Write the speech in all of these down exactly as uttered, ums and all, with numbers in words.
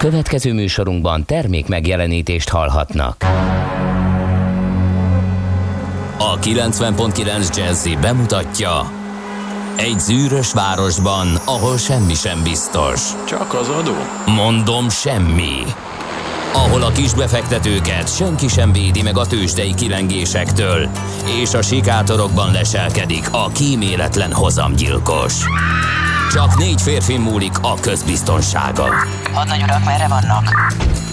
Következő műsorunkban termék megjelenítést hallhatnak. A kilencven pont kilenc Jazzy bemutatja: egy zűrös városban, ahol semmi sem biztos. Csak az adó? Mondom, semmi. Ahol a kisbefektetőket senki sem védi meg a tőzsdei kilengésektől, és a sikátorokban leselkedik a kíméletlen hozamgyilkos. Csak négy férfi múlik a közbiztonsága. Hadnagy urak, merre vannak?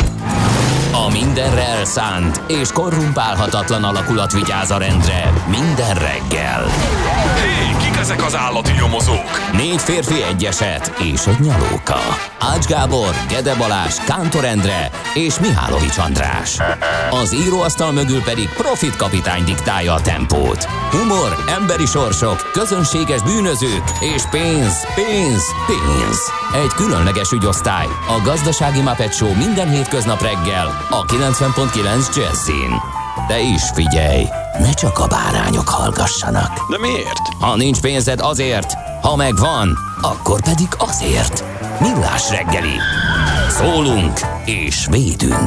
A mindenre elszánt és korrumpálhatatlan alakulat vigyáz a rendre minden reggel. Hé, kik ezek az állati nyomozók? Négy férfi, egy eset és egy nyalóka. Ács Gábor, Gede Balázs, Kántor Endre és Mihálovics András. Az íróasztal mögül pedig Profit kapitány diktálja a tempót. Humor, emberi sorsok, közönséges bűnözők és pénz, pénz, pénz. Egy különleges ügyosztály, a Gazdasági Muppet Show minden hétköznap reggel a kilencven pont kilenc Jazzyn. De is figyelj, ne csak a bárányok hallgassanak. De miért? Ha nincs pénzed, azért, ha megvan, akkor pedig azért. Millás reggeli. Szólunk és védünk.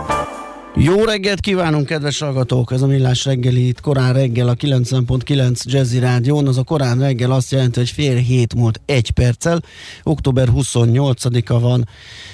Jó reggelt kívánunk, kedves hallgatók! Ez a Millás reggeli, itt korán reggel a kilencven pont kilenc Jazzy Rádión. Az a korán reggel azt jelenti, hogy fél hét múlt egy perccel. október huszonnyolcadika van,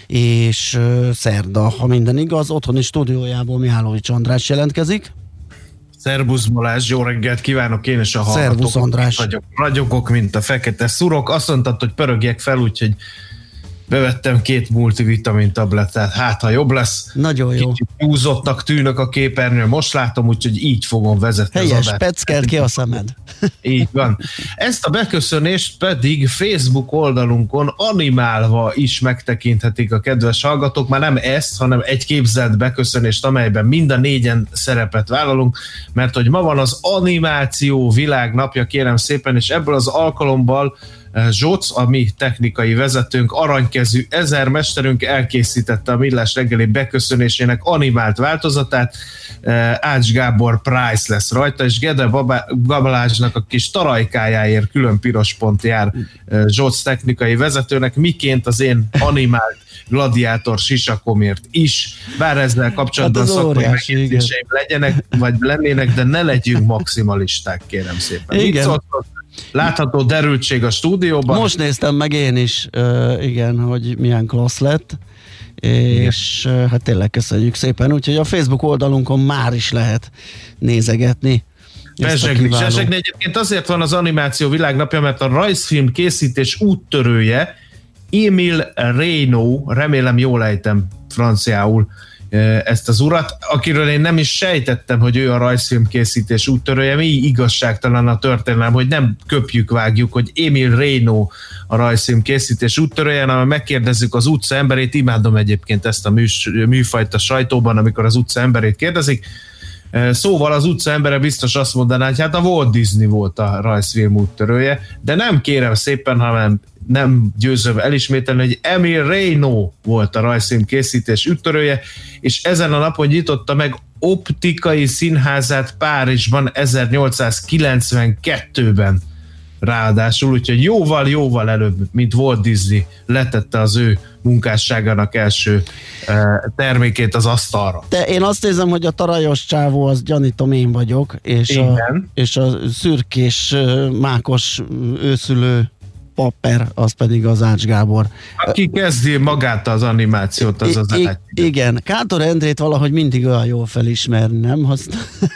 és uh, szerda, ha minden igaz. Otthoni stúdiójából Mihálovics András jelentkezik. Szerbusz Balázs, jó reggelt kívánok én és a hallgatók. Szerbusz András. Ragyog, ragyogok, mint a fekete szurok. Azt mondtad, hogy pörögjek fel, úgyhogy bevettem két multivitamin tablettát, hát ha jobb lesz. Nagyon jó. Kicsit húzottnak tűnök a képernyőn, most látom, úgyhogy így fogom vezetni. Helyes, peckelt ki a szemed. Így van. Ezt a beköszönést pedig Facebook oldalunkon animálva is megtekinthetik a kedves hallgatók. Már nem ezt, hanem egy képzelt beköszönést, amelyben mind a négyen szerepet vállalunk, mert hogy ma van az animáció világnapja, kérem szépen, és ebből az alkalommal Zsoc, a mi technikai vezetőnk, aranykezű ezermesterünk elkészítette a Millás reggeli beköszönésének animált változatát. Ács Gábor Price lesz rajta, és Gede Balázsnak a kis tarajkájáért külön piros pont jár Zsoc technikai vezetőnek, miként az én animált gladiátor sisakomért is, bár ezzel kapcsolatban hát szakmai megjegyzéseim legyenek, vagy lennének, de ne legyünk maximalisták, kérem szépen. Igen. Látható derültség a stúdióban. Most néztem meg én is, uh, igen, hogy milyen klassz lett, és uh, hát tényleg köszönjük szépen, úgyhogy a Facebook oldalunkon már is lehet nézegetni. Bezsegni. Bezsegni egyébként azért van az animáció világnapja, mert a rajzfilm készítés úttörője Émile Reynaud, remélem jól ejtem franciául ezt az urat, akiről én nem is sejtettem, hogy ő a rajzfilm készítés úttörője. Mi igazságtalan a történelem, hogy nem köpjük, vágjuk, hogy Émile Reynaud a rajzfilm készítés úttörője, hanem megkérdezzük az utca emberét. Imádom egyébként ezt a műs, műfajt a sajtóban, amikor az utca emberét kérdezik. Szóval az utca embere biztos azt mondaná, hogy hát a Walt Disney volt a rajzfilm úttörője, de nem, kérem szépen, hanem nem győzöm elismételni, hogy Émile Reynaud volt a rajzfilm készítés úttörője, és ezen a napon nyitotta meg optikai színházát Párizsban ezernyolcszázkilencvenkettőben ráadásul, úgyhogy jóval-jóval előbb, mint Walt Disney letette az ő munkásságának első termékét az asztalra. De én azt nézem, hogy a tarajos csávó, az gyanítom én vagyok, és, a, és a szürkés, mákos őszülő papper, az pedig az Ács Gábor. Aki kezdi magát az animációt, az az Ács. Igen, Kántor Endrét valahogy mindig olyan jól felismerni, nem? Azt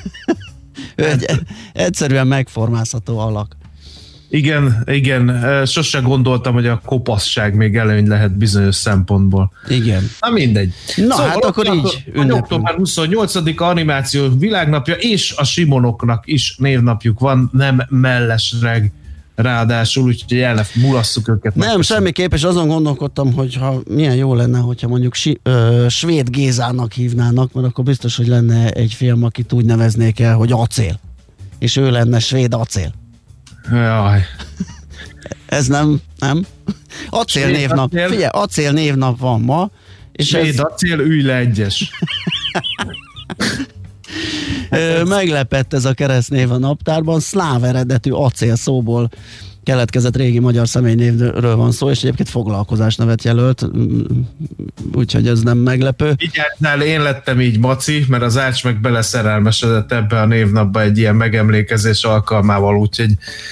ő egy egyszerűen megformázható alak. Igen, igen, sose gondoltam, hogy a kopaszság még előny lehet bizonyos szempontból. Igen. Na mindegy. Na szóval hát akkor így ünnepünk. október huszonnyolcadika animáció világnapja, és a Simonoknak is névnapjuk van, nem mellesreg ráadásul, úgyhogy el mulasszuk őket. Nem, semmiképp, és azon gondolkodtam, hogy ha milyen jó lenne, hogyha mondjuk si, ö, Svéd Gézának hívnának, mert akkor biztos, hogy lenne egy film, akit úgy neveznék el, hogy Acél. És ő lenne Svéd Acél. Jaj. Ez nem, nem? Acél névnap. Acél. Figyelj, Acél névnap van ma. És Svéd ez... Acél, ülj le egyes. Meglepett ez a keresztnév a naptárban, szláv eredetű acél szóból keletkezett régi magyar személynévről van szó, és egyébként foglalkozás nevet jelölt, úgyhogy ez nem meglepő. Vigyáznál, én lettem így Maci, mert az Ács meg beleszerelmesedett ebbe a névnapba egy ilyen megemlékezés alkalmával, úgyhogy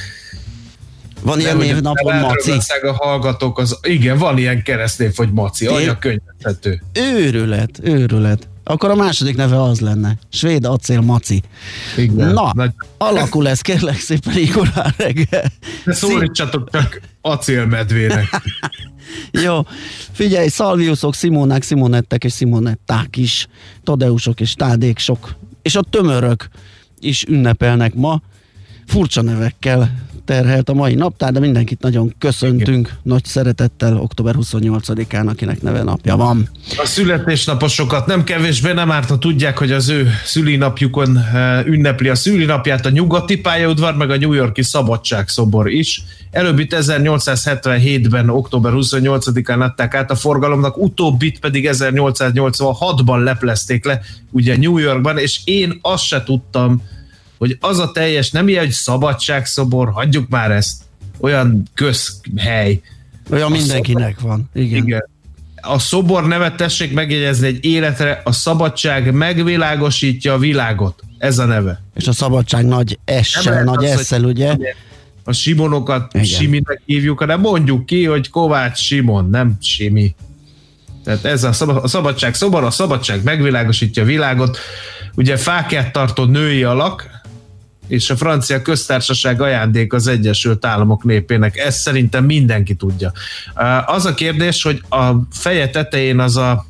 van ilyen névnapon Maci? A hallgatók, az, igen, van ilyen keresztnév, hogy Maci, anya könyvethető. Őrület, őrület. Akkor a második neve az lenne. Svéd Acél Maci. Igen, na, nagy... alakul ez, kérlek szépen, ikorán reggel. De szólítsatok csak acélmedvének. Jó, figyelj, Szalviuszok, Simonák, Simonettek és Simonetták is, Tadeusok és Tádék sok, és a tömörök is ünnepelnek ma. Furcsa nevekkel terhelt a mai naptár, de mindenkit nagyon köszöntünk. Igen. Nagy szeretettel október huszonnyolcadikán, akinek neve napja van. A születésnaposokat nem kevésbé nem árt, ha tudják, hogy az ő szülinapjukon ünnepli a szülinapját a Nyugati pályaudvar, meg a New York-i Szabadságszobor is. Előbbit ezernyolcszázhetvenhétben, október huszonnyolcadikán adták át a forgalomnak, utóbbit pedig ezernyolcszáznyolcvanhatban leplezték le, ugye New Yorkban, és én azt se tudtam, hogy az a teljes, nem ilyen, hogy Szabadságszobor, hagyjuk már ezt, olyan közhely. Olyan a mindenkinek szobor, van. Igen. igen. A szobor nevet tessék megjegyezni egy életre, a szabadság megvilágosítja a világot. Ez a neve. És a szabadság nagy S-sel, nagy S-szel, ugye? A Simonokat igen. Siminek hívjuk, hanem mondjuk ki, hogy Kovács Simon, nem Simi. Tehát ez a, szab- a szabadság szobor, a szabadság megvilágosítja a világot. Ugye fákját tartó női alak, és a francia köztársaság ajándék az Egyesült Államok népének. Ezt szerintem mindenki tudja. Az a kérdés, hogy a feje tetején az a...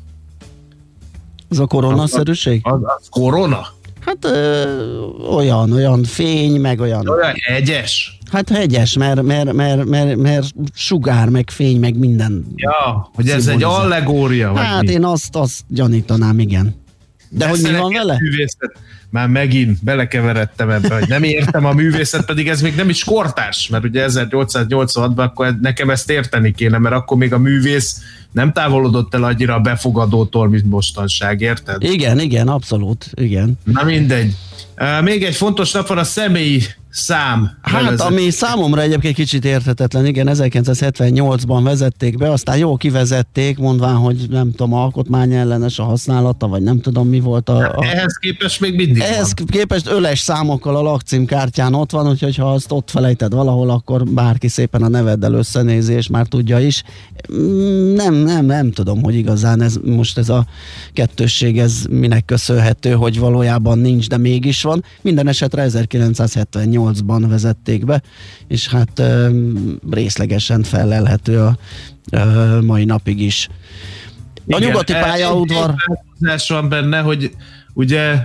Az a koronaszerűség? Az, az korona? Hát ö, olyan, olyan fény, meg olyan... Olyan hegyes? Hát hegyes, mert, mert, mert, mert, mert sugár, meg fény, meg minden. Ja, hogy ez egy allegória? Vagy hát mi? Én azt, azt gyanítanám, igen. De, De hogy mi van vele? Művészet. Már megint belekeveredtem ebbe, hogy nem értem a művészet, pedig ez még nem is kortárs, mert ugye ezernyolcszáznyolcvanhatban akkor nekem ezt érteni kéne, mert akkor még a művész nem távolodott el annyira a befogadótól, mint mostanság, érted? Igen, igen, abszolút, igen. Na mindegy. Még egy fontos nap van, a személyi szám. Hát, nevezet. Ami számomra egyébként kicsit érthetetlen, igen, ezerkilencszázhetvennyolcban vezették be, aztán jól kivezették, mondván, hogy nem tudom, alkotmány ellenes a használata, vagy nem tudom, mi volt a... a... Ehhez képest még mindig Ehhez van. képest öles számokkal a lakcímkártyán ott van, úgyhogy ha azt ott felejted valahol, akkor bárki szépen a neveddel összenézi, és már tudja is. Nem, nem, nem tudom, hogy igazán ez most ez a kettősség, ez minek köszönhető, hogy valójában nincs, de mégis van. Minden esetre ezerkilencszázhetvennyolcban vezették be, és hát ö, részlegesen felelhető a ö, mai napig is. A igen, nyugati pályaudvar... Egy van benne, hogy ugye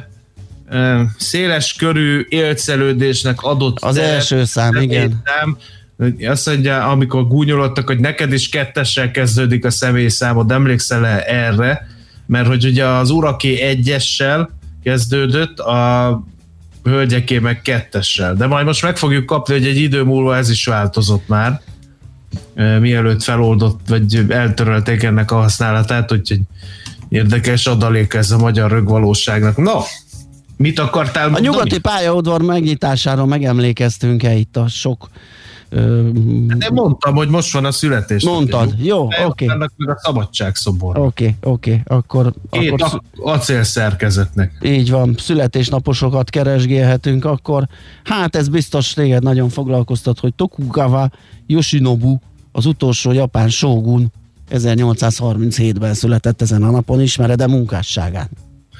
széles körű élcelődésnek adott... Az teret, első szám, igen. Szám, azt mondja, amikor gúnyolodtak, hogy neked is kettessel kezdődik a személyszámod, emlékszel erre? Mert hogy ugye az uraké egyessel kezdődött, a hölgyeké meg kettessel. De majd most meg fogjuk kapni, hogy egy idő múlva ez is változott már, mielőtt feloldott, vagy eltörölték ennek a használatát, úgyhogy érdekes adalék ez a magyar rögvalóságnak. No, mit akartál mondani? A nyugati pályaudvar megnyitására megemlékeztünk-e itt a sok... Ö, De mondtam, hogy most van a születés. Mondtad, jó, oké. Okay. Meg a szabadságszobor. Oké, okay, oké, okay. akkor... Két akkor acélszerkezetnek. Így van, születésnaposokat keresgélhetünk, akkor hát ez biztos téged nagyon foglalkoztat, hogy Tokugawa Yoshinobu, az utolsó japán sógun ezernyolcszázharminchétben született ezen a napon, ismered-e munkásságát?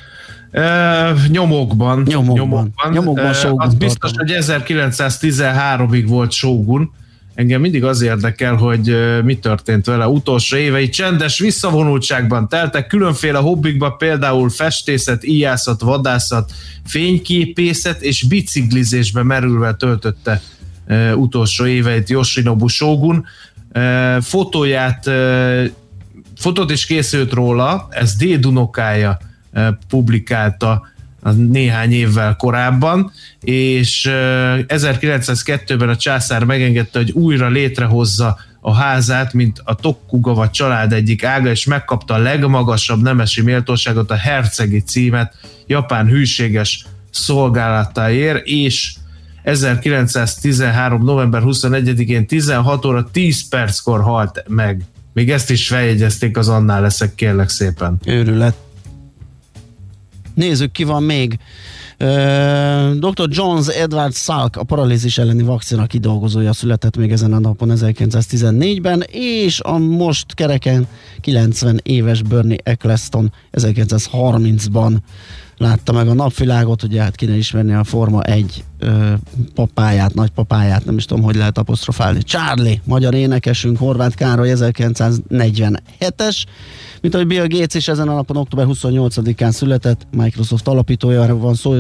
E, nyomokban. Nyomokban. Nyomokban, nyomokban e, sógun az biztos, tartom. hogy ezerkilencszáztizenháromig volt sógun. Engem mindig az érdekel, hogy uh, mi történt vele. Utolsó évei csendes visszavonultságban teltek, különféle hobbikba, például festészet, íjászat, vadászat, fényképészet és biciklizésbe merülve töltötte uh, utolsó éveit Yoshinobu sógun. Uh, fotóját, uh, fotót is készült róla, ez dédunokája uh, publikálta néhány évvel korábban, és ezerkilencszázkettőben a császár megengedte, hogy újra létrehozza a házát, mint a Tokugawa család egyik ága, és megkapta a legmagasabb nemesi méltóságot, a hercegi címet Japán hűséges szolgálatáért, és ezerkilencszáztizenhárom. november huszonegyedikén tizenhat óra tíz perckor halt meg. Még ezt is feljegyezték az Annál leszek, kérlek szépen. Őrület. Nézzük, ki van még. doktor Johns Edward Salk, a paralízis elleni vakcina kidolgozója született még ezen a napon ezerkilencszáztizennégyben, és a most kereken kilencven éves Bernie Eccleston ezerkilencszázharmincban látta meg a napvilágot, ugye hát kéne ismerni a Forma egy ö, papáját, nagypapáját, nem is tudom, hogy lehet apostrofálni. Charlie, magyar énekesünk, Horváth Károly ezerkilencszáznegyvenhetes, mint ahogy Bill Gates is ezen a napon október huszonnyolcadikán született, Microsoft alapítója van szó,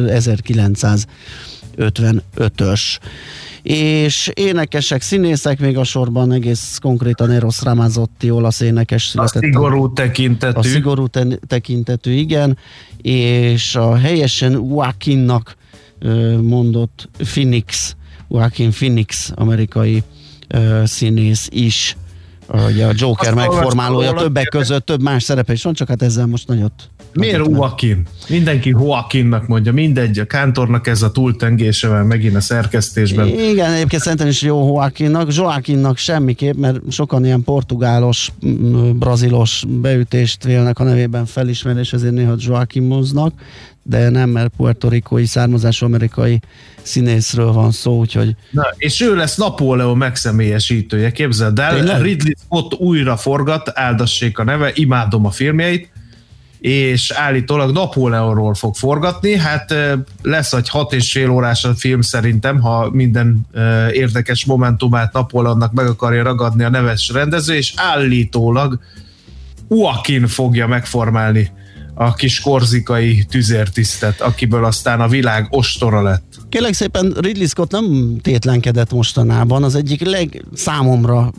ezerkilencszázötvenötös. És énekesek, színészek még a sorban, egész konkrétan Eros Ramazzotti, olasz énekes született. A szigorú tekintetű. A szigorú te- tekintetű, igen, és a helyesen Joaquinnak mondott Phoenix, Joaquin Phoenix, amerikai uh, színész is, ugye a Joker azt megformálója, többek között több más szerepe is van, csak hát ezzel most nagyot. Miért Joaquin? Mindenki Joaquinnak mondja, mindegy, a Kántornak ez a túltengése van megint a szerkesztésben. Igen, egyébként szerintem is jó Joaquinnak, Joaquinnak semmiképp, mert sokan ilyen portugálos, brazilos beütést vélnek a nevében felismerni, és ezért néha Joaquimoznak, de nem, mert puertoricói származású amerikai színészről van szó, úgyhogy... Na, és ő lesz Napóleon megszemélyesítője, képzeld el, Tényleg? Ridley Scott újra forgat, áldassék a neve, imádom a filmjeit, és állítólag Napóleonról fog forgatni, hát lesz egy hat és fél órás a film szerintem, ha minden érdekes momentumát Napóleonnak meg akarja ragadni a neves rendező, és állítólag Joaquin fogja megformálni a kis korzikai tüzértisztet, akiből aztán a világ ostora lett. Kérlek szépen, Ridley Scott nem tétlenkedett mostanában, az egyik leg, számomra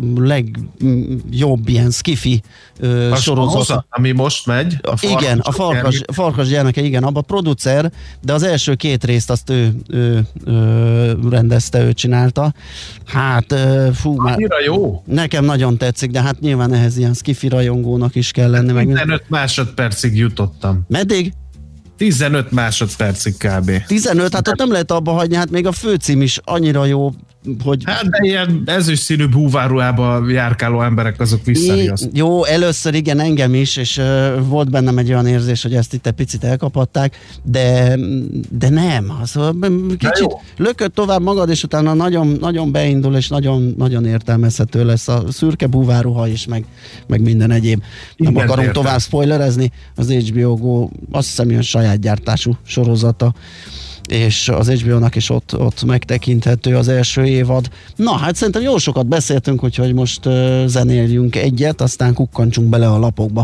legjobb ilyen skifi uh, sorozat. Hozzá, ami most megy. A igen, a farkas, farkas gyermeke, igen, abban producer, de az első két részt azt ő, ő, ő rendezte, ő csinálta. Hát, fú, már jó. Nekem nagyon tetszik, de hát nyilván ehhez ilyen skifi rajongónak is kell lenni. Hát tizenöt meg... másodpercig jutottam. Meddig? tizenöt másodpercig kb. tizenöt, hát ott nem lehet abba hagyni, hát még a főcím is annyira jó, hogy... Hát de ilyen ezüst színű búváruhába járkáló emberek azok visszariaszt. Jó, először igen, engem is, és uh, volt bennem egy olyan érzés, hogy ezt itt egy picit elkapatták, de, de nem. Szóval kicsit lökött tovább magad, és utána nagyon, nagyon beindul, és nagyon, nagyon értelmezhető lesz a szürke búváruha is, meg, meg minden egyéb. Nem igen, akarunk értem. Tovább spoilerezni, az há bé o Go azt hiszem ilyen saját gyártású sorozata, és az há bé o-nak is ott, ott megtekinthető az első évad. Na, hát szerintem jó sokat beszéltünk, úgyhogy most uh, zenéljünk egyet, aztán kukkantsunk bele a lapokba.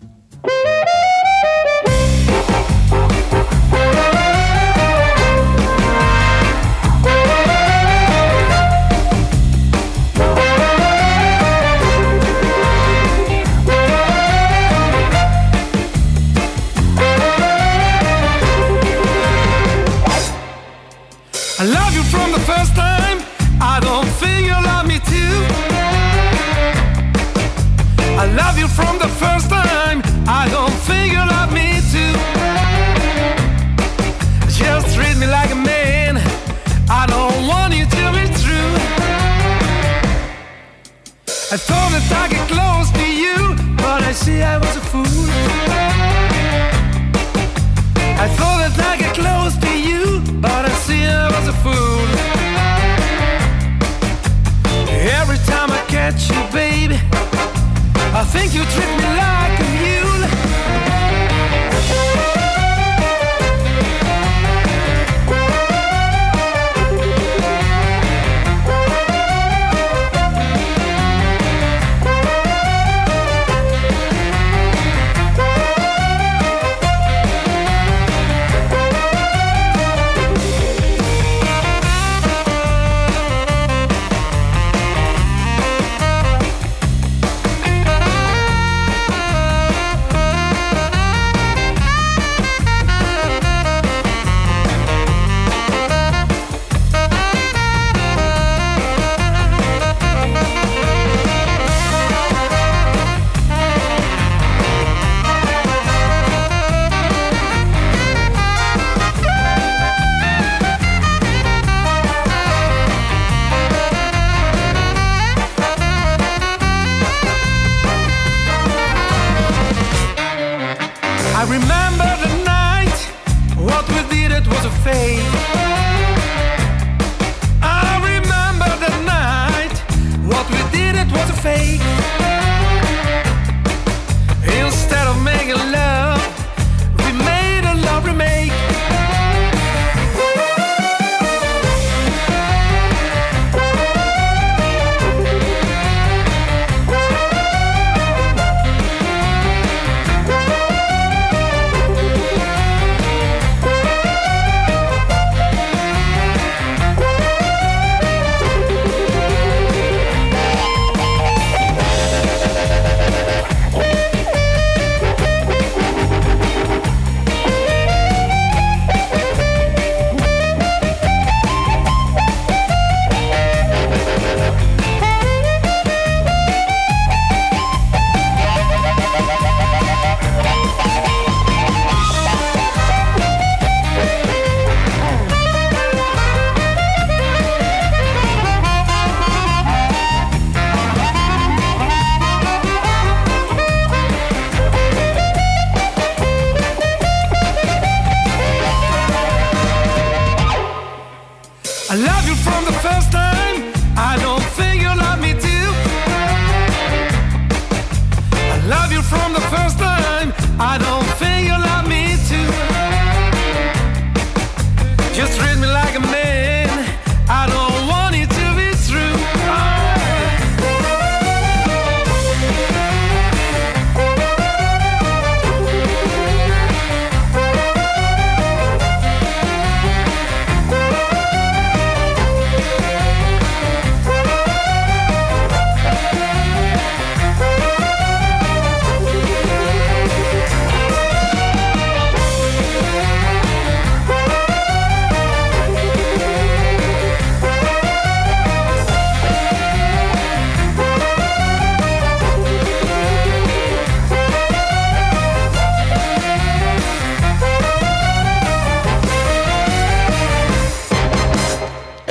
I love you from the first time. I don't think you love me too. I love you from the first time. I don't think you love me too. Just treat me like a man. I don't want you to be true. I thought that I get close to you, but I see I was a fool. I thought that I get close to you, but I see I was a fool. Every time I catch you, baby, I think you treat me like a mule.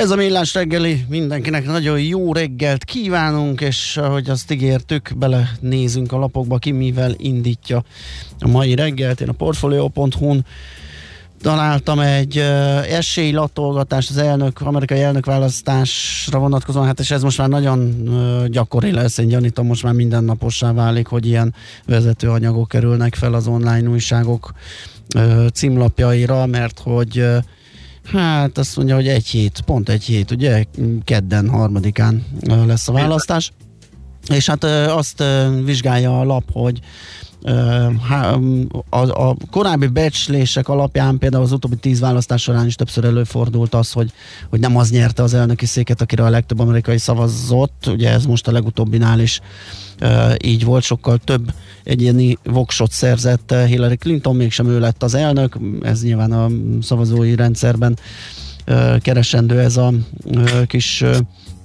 Ez a Millás reggeli, mindenkinek nagyon jó reggelt kívánunk, és ahogy azt ígértük, belenézünk a lapokba, ki mivel indítja a mai reggelt. Én a portfolio pont hu-n találtam egy uh, esélylatolgatást az elnök, amerikai elnökválasztásra vonatkozóan, hát és ez most már nagyon uh, gyakori lesz, én gyanítom, most már mindennapossá válik, hogy ilyen vezetőanyagok kerülnek fel az online újságok uh, címlapjaira, mert hogy uh, hát azt mondja, hogy egy hét, pont egy hét, ugye, kedden, harmadikán uh, lesz a választás, és hát uh, azt uh, vizsgálja a lap, hogy A, a korábbi becslések alapján például az utóbbi tíz választás során is többször előfordult az, hogy, hogy nem az nyerte az elnöki széket, akire a legtöbb amerikai szavazott, ugye ez most a legutóbbinál is e, így volt, sokkal több egyéni voksot szerzett Hillary Clinton, mégsem ő lett az elnök, ez nyilván a szavazói rendszerben e, keresendő ez a e, kis e,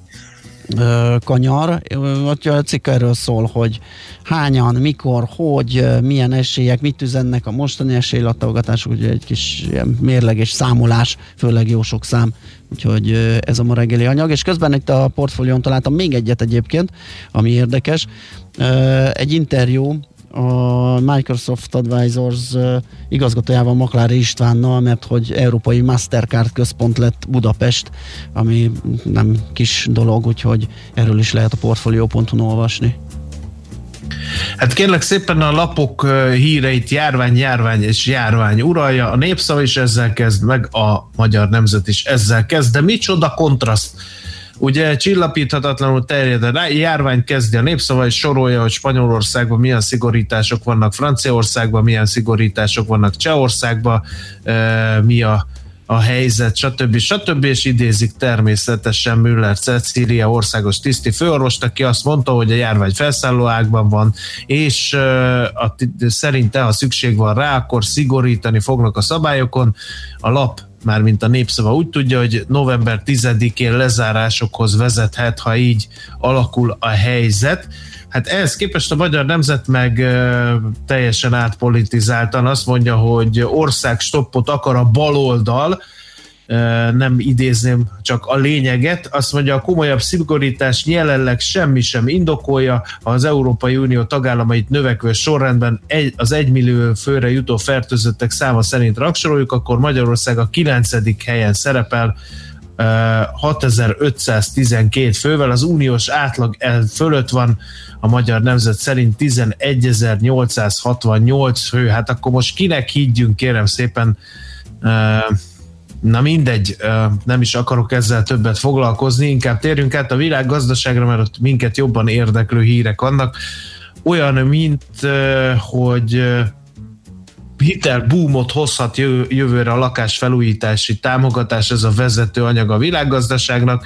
kanyar. A cikk erről szól, hogy hányan, mikor, hogy, milyen esélyek, mit üzennek a mostani esélylatolgatások, ugye egy kis ilyen mérleges számolás, főleg jó sok szám, úgyhogy ez a ma reggeli anyag, és közben itt a portfólión találtam még egyet egyébként, ami érdekes, egy interjú a Microsoft Advisors igazgatójával, Maklári Istvánnal, mert hogy európai Mastercard központ lett Budapest, ami nem kis dolog, úgyhogy erről is lehet a portfolio pont hu-n olvasni. Hát kérlek szépen a lapok híreit járvány, járvány és járvány uralja, a Népszava is ezzel kezd, meg a Magyar Nemzet is ezzel kezd, de micsoda kontraszt! Ugye csillapíthatatlanul terjed a járvány, kezdi a Népszava, és sorolja, hogy Spanyolországban milyen szigorítások vannak, Franciaországban milyen szigorítások vannak, Csehországban e, mi a, a helyzet, stb. stb. És idézik természetesen Müller Cecília országos tiszti főorvost, aki azt mondta, hogy a járvány felszálló ágban van, és e, a, szerinte, ha szükség van rá, akkor szigorítani fognak a szabályokon. A lap, mármint a Népszava úgy tudja, hogy november tizedikén lezárásokhoz vezethet, ha így alakul a helyzet. Hát ehhez képest a Magyar Nemzet meg ö, teljesen átpolitizáltan azt mondja, hogy országstoppot akar a baloldal, ö, nem idézném csak a lényeget, azt mondja, a komolyabb szigorítás jelenleg semmi sem indokolja, ha az Európai Unió tagállamait növekvő sorrendben egy, az egymillió főre jutó fertőzöttek száma szerint rangsoroljuk, akkor Magyarország a kilencedik helyen szerepel uh, hatezer-ötszáztizenkét fővel, az uniós átlag el fölött van, a Magyar Nemzet szerint tizenegyezer-nyolcszázhatvannyolc fő, hát akkor most kinek higgyünk, kérem szépen, uh, na mindegy, nem is akarok ezzel többet foglalkozni, inkább térjünk át a világgazdaságra, mert ott minket jobban érdeklő hírek vannak. Olyan, mint hogy hitelboomot hozhat jövőre a lakásfelújítási támogatás, ez a vezető anyag a világgazdaságnak.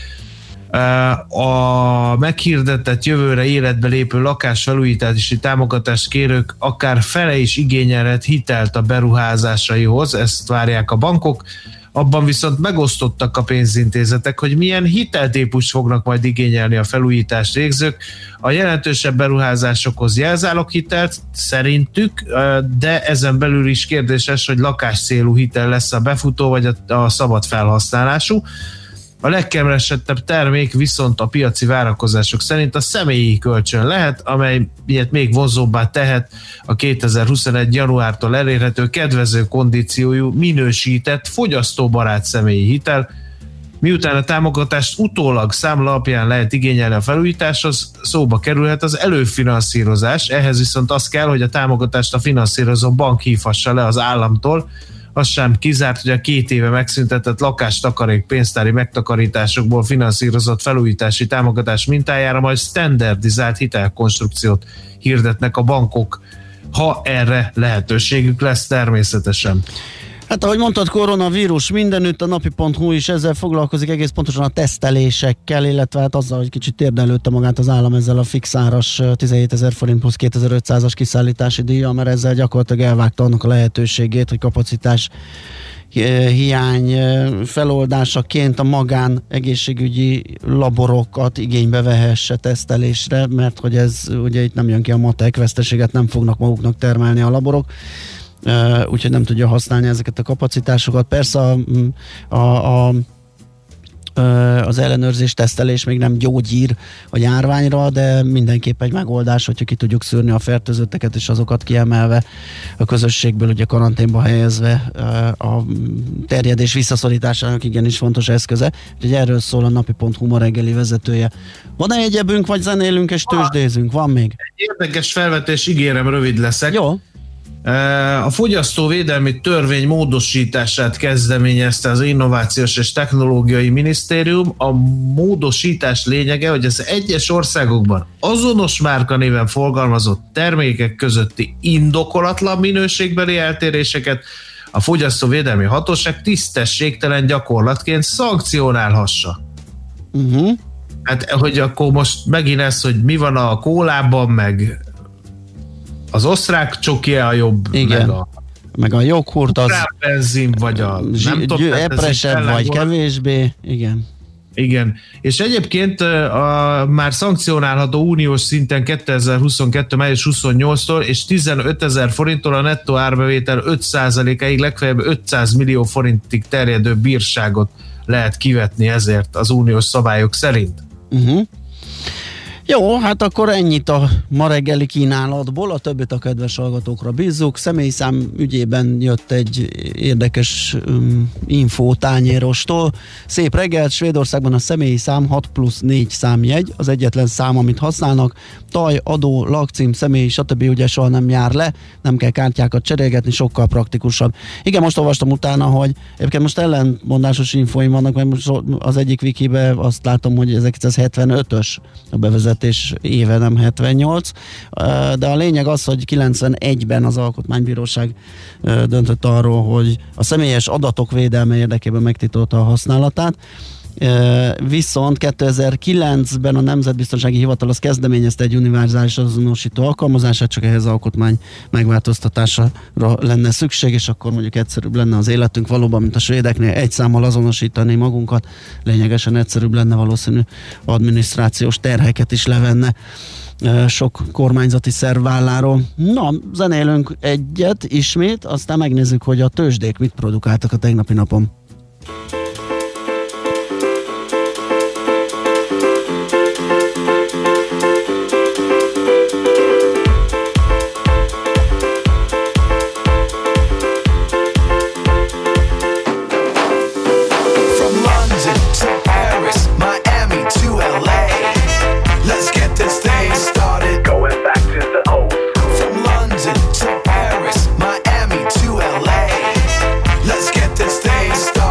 A meghirdetett jövőre életbe lépő lakásfelújítási támogatást kérők akár fele is igényelhet hitelt a beruházásaihoz, ezt várják a bankok, abban viszont megosztottak a pénzintézetek, hogy milyen hiteltípust fognak majd igényelni a felújítást végzők. A jelentősebb beruházásokhoz jelzáloghitelt szerintük, de ezen belül is kérdéses, hogy lakáscélú hitel lesz a befutó, vagy a, a szabad felhasználású. A legkeresettebb termék viszont a piaci várakozások szerint a személyi kölcsön lehet, amely ilyet még vonzóbbá tehet a kétezer-huszonegy januártól elérhető kedvező kondíciójú, minősített, fogyasztóbarát személyi hitel. Miután a támogatást utólag számla alapján lehet igényelni a felújításhoz, szóba kerülhet az előfinanszírozás, ehhez viszont az kell, hogy a támogatást a finanszírozó bank hívhassa le az államtól. Az sem kizárt, hogy a két éve megszüntetett lakástakarék pénztári megtakarításokból finanszírozott felújítási támogatás mintájára majd standardizált hitelkonstrukciót hirdetnek a bankok, ha erre lehetőségük lesz természetesen. Hát ahogy mondtad, koronavírus mindenütt, a napi pont hu is ezzel foglalkozik, egész pontosan a tesztelésekkel, illetve hát azzal, hogy kicsit térdelőtte magát az állam ezzel a fixáras tizenhétezer forint plusz kétezer-ötszázas kiszállítási díjjal, mert ezzel gyakorlatilag elvágta annak a lehetőségét, hogy kapacitás hiány feloldásaként a magán egészségügyi laborokat igénybe vehesse tesztelésre, mert hogy ez ugye itt nem jön ki a matek, veszteséget nem fognak maguknak termelni a laborok. Uh, úgyhogy nem tudja használni ezeket a kapacitásokat. Persze a, a, a az ellenőrzés, tesztelés még nem gyógyír a járványra, de mindenképp egy megoldás, hogyha ki tudjuk szűrni a fertőzötteket, és azokat kiemelve a közösségből, ugye karanténba helyezve a terjedés visszaszorításának igenis fontos eszköze. Úgyhogy erről szól a napi pont hu ma reggeli vezetője. Van-e egyebünk, vagy zenélünk és tőzsdézünk? Van még? Érdekes felvetés, ígérem, rövid leszek. Jó. A fogyasztóvédelmi törvény módosítását kezdeményezte az Innovációs és Technológiai Minisztérium. A módosítás lényege, hogy az egyes országokban azonos márkanéven forgalmazott termékek közötti indokolatlan minőségbeli eltéréseket a fogyasztóvédelmi hatóság tisztességtelen gyakorlatként szankcionálhassa. Uh-huh. Hát, hogy akkor most megint ez, hogy mi van a kólában, meg az osztrák csoki a jobb, igen. meg a, meg a joghurt, az benzin, vagy a nem tudom, epresebb, vagy kevésbé, igen. Igen, és egyébként a már szankcionálható uniós szinten kétezer-huszonkettő. május huszonnyolcadiktól és tizenötezer forinttól a nettó árbevétel öt százalékáig legfeljebb ötszáz millió forintig terjedő bírságot lehet kivetni ezért az uniós szabályok szerint. Uh-huh. Jó, hát akkor ennyit a ma reggeli kínálatból, a többit a kedves hallgatókra bízzuk. Személyszám ügyében jött egy érdekes um, infó tányérostól. Szép reggelt, Svédországban a személyi szám hat plusz négy számjegy, az egyetlen szám, amit használnak. Taj, adó, lakcím, személy, stb. Ugye soha nem jár le, nem kell kártyákat cserélgetni, sokkal praktikusabb. Igen, most olvastam utána, hogy egyébként most ellentmondásos infóim vannak, mert most az egyik wikibe azt látom, hogy ezerkilencszázhetvenötös a bevezetés éve, nem hetvennyolc, de a lényeg az, hogy kilencvenegyben az Alkotmánybíróság döntött arról, hogy a személyes adatok védelme érdekében megtiltotta a használatát. Viszont kétezer-kilencben a Nemzetbiztonsági Hivatal az kezdeményezte egy univerzális azonosító alkalmazását, csak ehhez alkotmány megváltoztatására lenne szükség, és akkor mondjuk egyszerűbb lenne az életünk valóban, mint a svédeknél, egy számmal azonosítani magunkat, lényegesen egyszerűbb lenne, valószínű adminisztrációs terheket is levenne sok kormányzati szerv válláról. Na, zenélünk egyet ismét, aztán megnézzük, hogy a tőzsdék mit produkáltak a tegnapi napon. Start.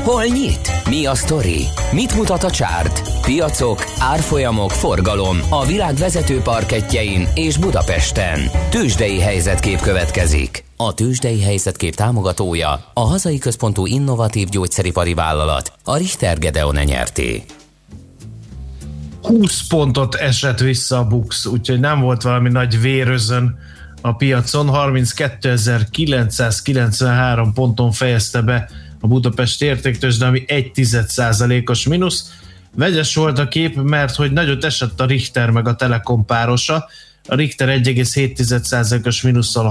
Hol nyit? Mi a sztori? Mit mutat a csárt? Piacok, árfolyamok, forgalom a világ vezető parkettjein és Budapesten. Tőzsdei helyzetkép következik. A Tőzsdei helyzetkép támogatója a hazai központú innovatív gyógyszeripari vállalat, a Richter Gedeon nyerté. húsz pontot esett vissza a BUX, úgyhogy nem volt valami nagy vérözön a piacon. harminckétezer-kilencszázkilencvenhárom ponton fejezte be a Budapest értéktőzsde, ami egy tized százalékos mínusz. Vegyes volt a kép, mert hogy nagyot esett a Richter meg a Telekom párosa. A Richter egy egész hét százalékos mínusszal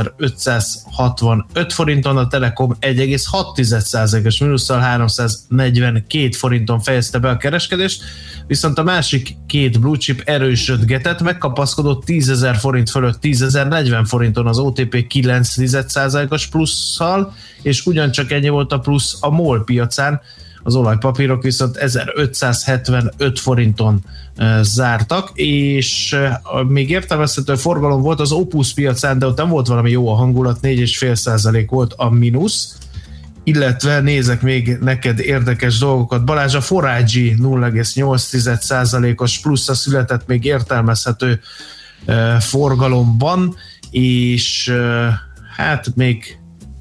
hatezer-ötszázhatvanöt forinton, a Telekom egy egész hat százalékos mínusszal háromszáznegyvenkét forinton fejezte be a kereskedést, viszont a másik két blue chip erősödgetett, megkapaszkodott tízezer forint fölött tízezer-negyven forinton az o té pé kilenc százalékos plusszal, és ugyancsak ennyi volt a plusz a MOL piacán. Az olajpapírok viszont ezerötszázhetvenöt forinton e, zártak, és e, még értelmezhető forgalom volt az Opus piacán, de ott nem volt valami jó a hangulat, négy egész öt százalék volt a mínusz, illetve nézek még neked érdekes dolgokat. Balázs, a Forágyi nulla egész nyolc százalékos plusza született még értelmezhető e, forgalomban, és e, hát még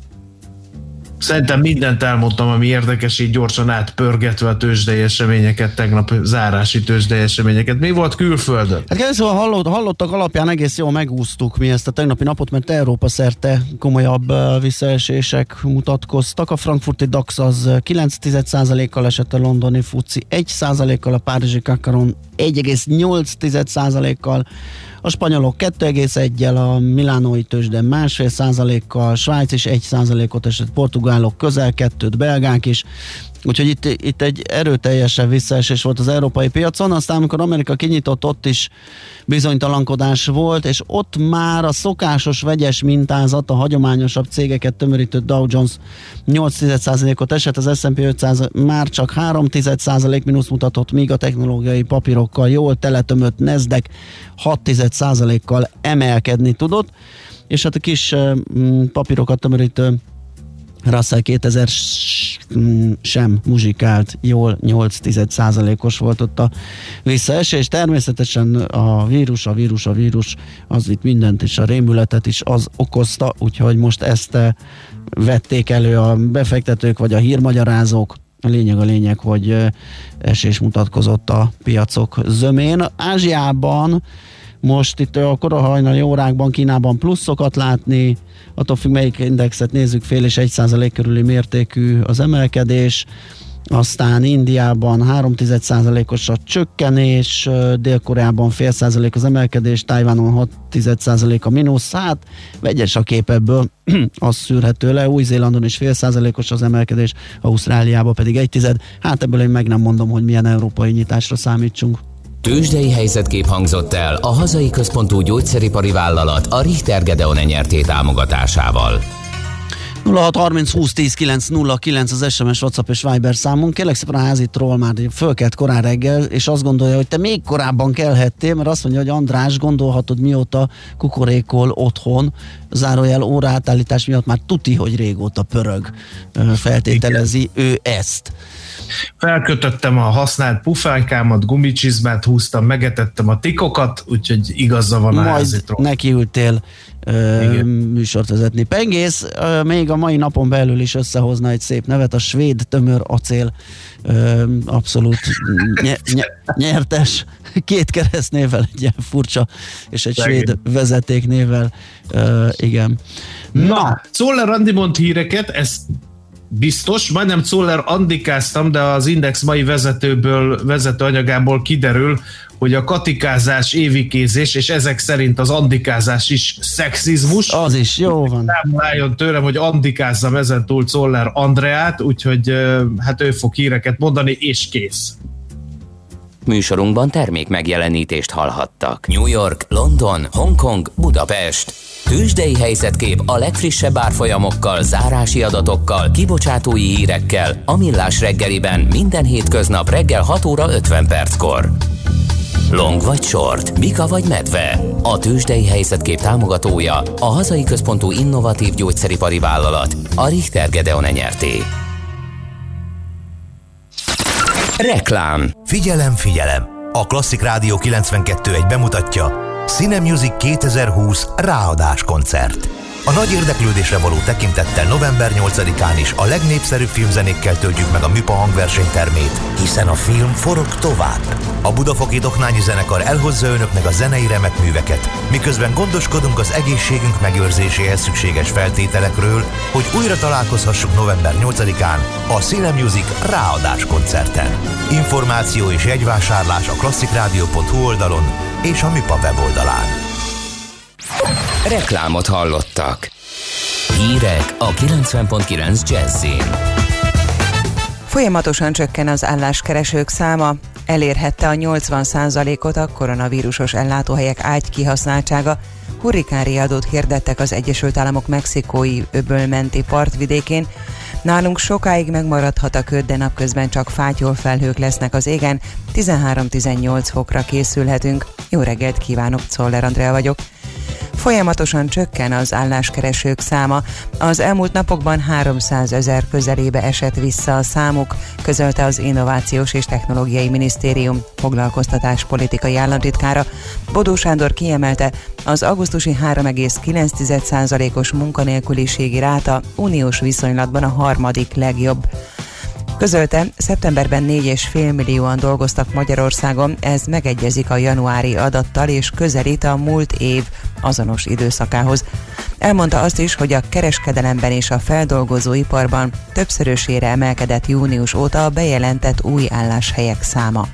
szerintem mindent elmondtam, ami érdekes, így gyorsan átpörgetve a tőzsdei eseményeket, tegnap zárási tőzsdei eseményeket. Mi volt külföldön? Hát szóval hallott, hallottak alapján egész jól megúsztuk mi ezt a tegnapi napot, mert Európa szerte komolyabb visszaesések mutatkoztak. A frankfurti DAX az kilenc tized százalékkal esett, a londoni fuci egy százalékkal, a párizsi Kakaron egy egész nyolc tized százalékkal, a spanyolok kettő egész egyel, a milánói tőzsde másfél százalékkal, Svájc is egy százalékot esett, portugálok közel kettőt, belgák is. Úgyhogy itt, itt egy erőteljesebb visszaesés volt az európai piacon, aztán amikor Amerika kinyitott, ott is bizonytalankodás volt, és ott már a szokásos vegyes mintázat, a hagyományosabb cégeket tömörítő Dow Jones nyolc tized százalékot esett, az es and pé ötszáz már csak három tized százalék mínusz mutatott, míg a technológiai papírokkal jól teletömött Nasdaq hat tized százalékkal emelkedni tudott, és hát a kis mm, papírokat tömörítő Russell kétezer sem muzsikált jól, nyolc tized százalékos volt ott a visszaesés. Természetesen a vírus, a vírus, a vírus, az itt mindent és a rémületet is az okozta, úgyhogy most ezt vették elő a befektetők vagy a hírmagyarázók. A lényeg a lényeg, hogy esés mutatkozott a piacok zömén. Ázsiában most itt a korahajnali órákban Kínában pluszokat látni, attól függ, melyik indexet nézzük, fél és egy százalék körüli mértékű az emelkedés, aztán Indiában három tized százalékos a csökkenés, Dél-Koreában fél százalék az emelkedés, Tajvanon hat tized százalék a mínusz, hát vegyes a kép ebből, az szűrhető le, Új-Zélandon is fél százalékos az emelkedés, Ausztráliában pedig egy tized, hát ebből én meg nem mondom, hogy milyen európai nyitásra számítsunk. Tőzsdei helyzetkép hangzott el a hazai központú gyógyszeripari vállalat, a Richter Gedeon nyerté támogatásával. nulla hat harminc húsz tíz kilenc nulla kilenc az es em es, WhatsApp és Viber számunk. Kérlek szépen, a házitról már fölkelt korán reggel, és azt gondolja, hogy te még korábban kelhettél, mert azt mondja, hogy András, gondolhatod, mióta kukorékol otthon, zárójel óraátállítás miatt már tuti, hogy régóta pörög. Feltételezi ő ezt. Felkötöttem a használt pufánkámat, gumicsizmát húztam, megetettem a tikokat, úgyhogy igaza van a házitról. Majd nekiültél ö, műsort vezetni. Pengész ö, még a mai napon belül is összehozna egy szép nevet, a svéd tömör acél ö, abszolút nye, nye, nyertes, két keresztnévvel, egy ilyen furcsa, és egy Szegény. svéd vezetéknévvel. Ö, igen. Na, Na. Czoller Andi mond híreket, ez biztos, majdnem Czoller andikáztam, de az Index mai vezetőből, vezető anyagából kiderül, hogy a katikázás évikézés, és ezek szerint az andikázás is szexizmus. Az is, jó van. Álljon tőlem, hogy andikázzam ezentúl Czoller Andreát, úgyhogy hát ő fog híreket mondani, és kész. Műsorunkban termék megjelenítést hallhattak. New York, London, Hongkong, Budapest. Tőzsdei helyzetkép a legfrissebb árfolyamokkal, zárási adatokkal, kibocsátói hírekkel a Millás reggeliben minden hétköznap reggel hat óra ötven perckor. Long vagy short, bika vagy medve. A Tőzsdei helyzetkép támogatója a hazai központú innovatív gyógyszeripari vállalat, a Richter Gedeon nyerté. Reklám. Figyelem, figyelem! A Klasszik Rádió kilencvenkettő egy bemutatja Cinemusic kétezer-húsz ráadás koncert. A nagy érdeklődésre való tekintettel november nyolcadikán is a legnépszerűbb filmzenékkel töltjük meg a Műpa hangversenytermét, hiszen a film forog tovább. A Budafoki Doknányi Zenekar elhozza önöknek a zenei remek műveket, miközben gondoskodunk az egészségünk megőrzéséhez szükséges feltételekről, hogy újra találkozhassunk november nyolcadikán a Cinemusic ráadás koncerten. Információ és jegyvásárlás a klasszikrádió pont hu oldalon és a Műpa weboldalán. Reklámot hallottak. Hírek a kilencven pont kilenc Jazzin. Folyamatosan csökken az álláskeresők száma. Elérhette a nyolcvan százalékot a koronavírusos ellátóhelyek ágykihasználtsága. Hurrikánriadót hirdettek az Egyesült Államok mexikói öbölmenti partvidékén. Nálunk sokáig megmaradhat a köd, de napközben csak fátyolfelhők lesznek az égen. tizenhárom-tizennyolc fokra készülhetünk. Jó reggelt kívánok, Czoller Andrea vagyok. Folyamatosan csökken az álláskeresők száma. Az elmúlt napokban háromszázezer közelébe esett vissza a számuk, közölte az Innovációs és Technológiai Minisztérium foglalkoztatáspolitikai államtitkára. Bodó Sándor kiemelte, az augusztusi három egész kilenc százalékos munkanélküliségi ráta uniós viszonylatban a harmadik legjobb. Közölte, szeptemberben négy egész öt millióan dolgoztak Magyarországon, ez megegyezik a januári adattal és közelít a múlt év azonos időszakához. Elmondta azt is, hogy a kereskedelemben és a feldolgozóiparban többszörösére emelkedett június óta a bejelentett új álláshelyek száma.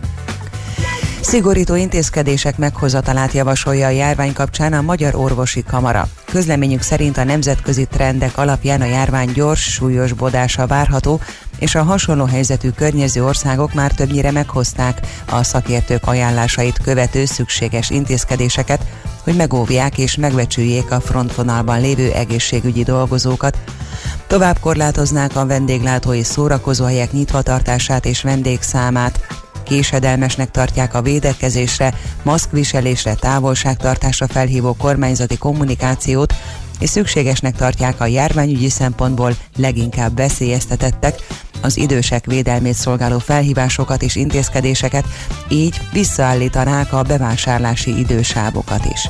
Szigorító intézkedések meghozatalát javasolja a járvány kapcsán a Magyar Orvosi Kamara. Közleményük szerint a nemzetközi trendek alapján a járvány gyors súlyosbodása várható, és a hasonló helyzetű környező országok már többnyire meghozták a szakértők ajánlásait követő szükséges intézkedéseket, hogy megóvják és megbecsüljék a frontvonalban lévő egészségügyi dolgozókat. Tovább korlátoznák a vendéglátói szórakozóhelyek nyitvatartását és vendégszámát. Késedelmesnek tartják a védekezésre, maszkviselésre, távolságtartásra felhívó kormányzati kommunikációt, és szükségesnek tartják a járványügyi szempontból leginkább veszélyeztetettek, az idősek védelmét szolgáló felhívásokat és intézkedéseket, így visszaállítanák a bevásárlási idősávokat is.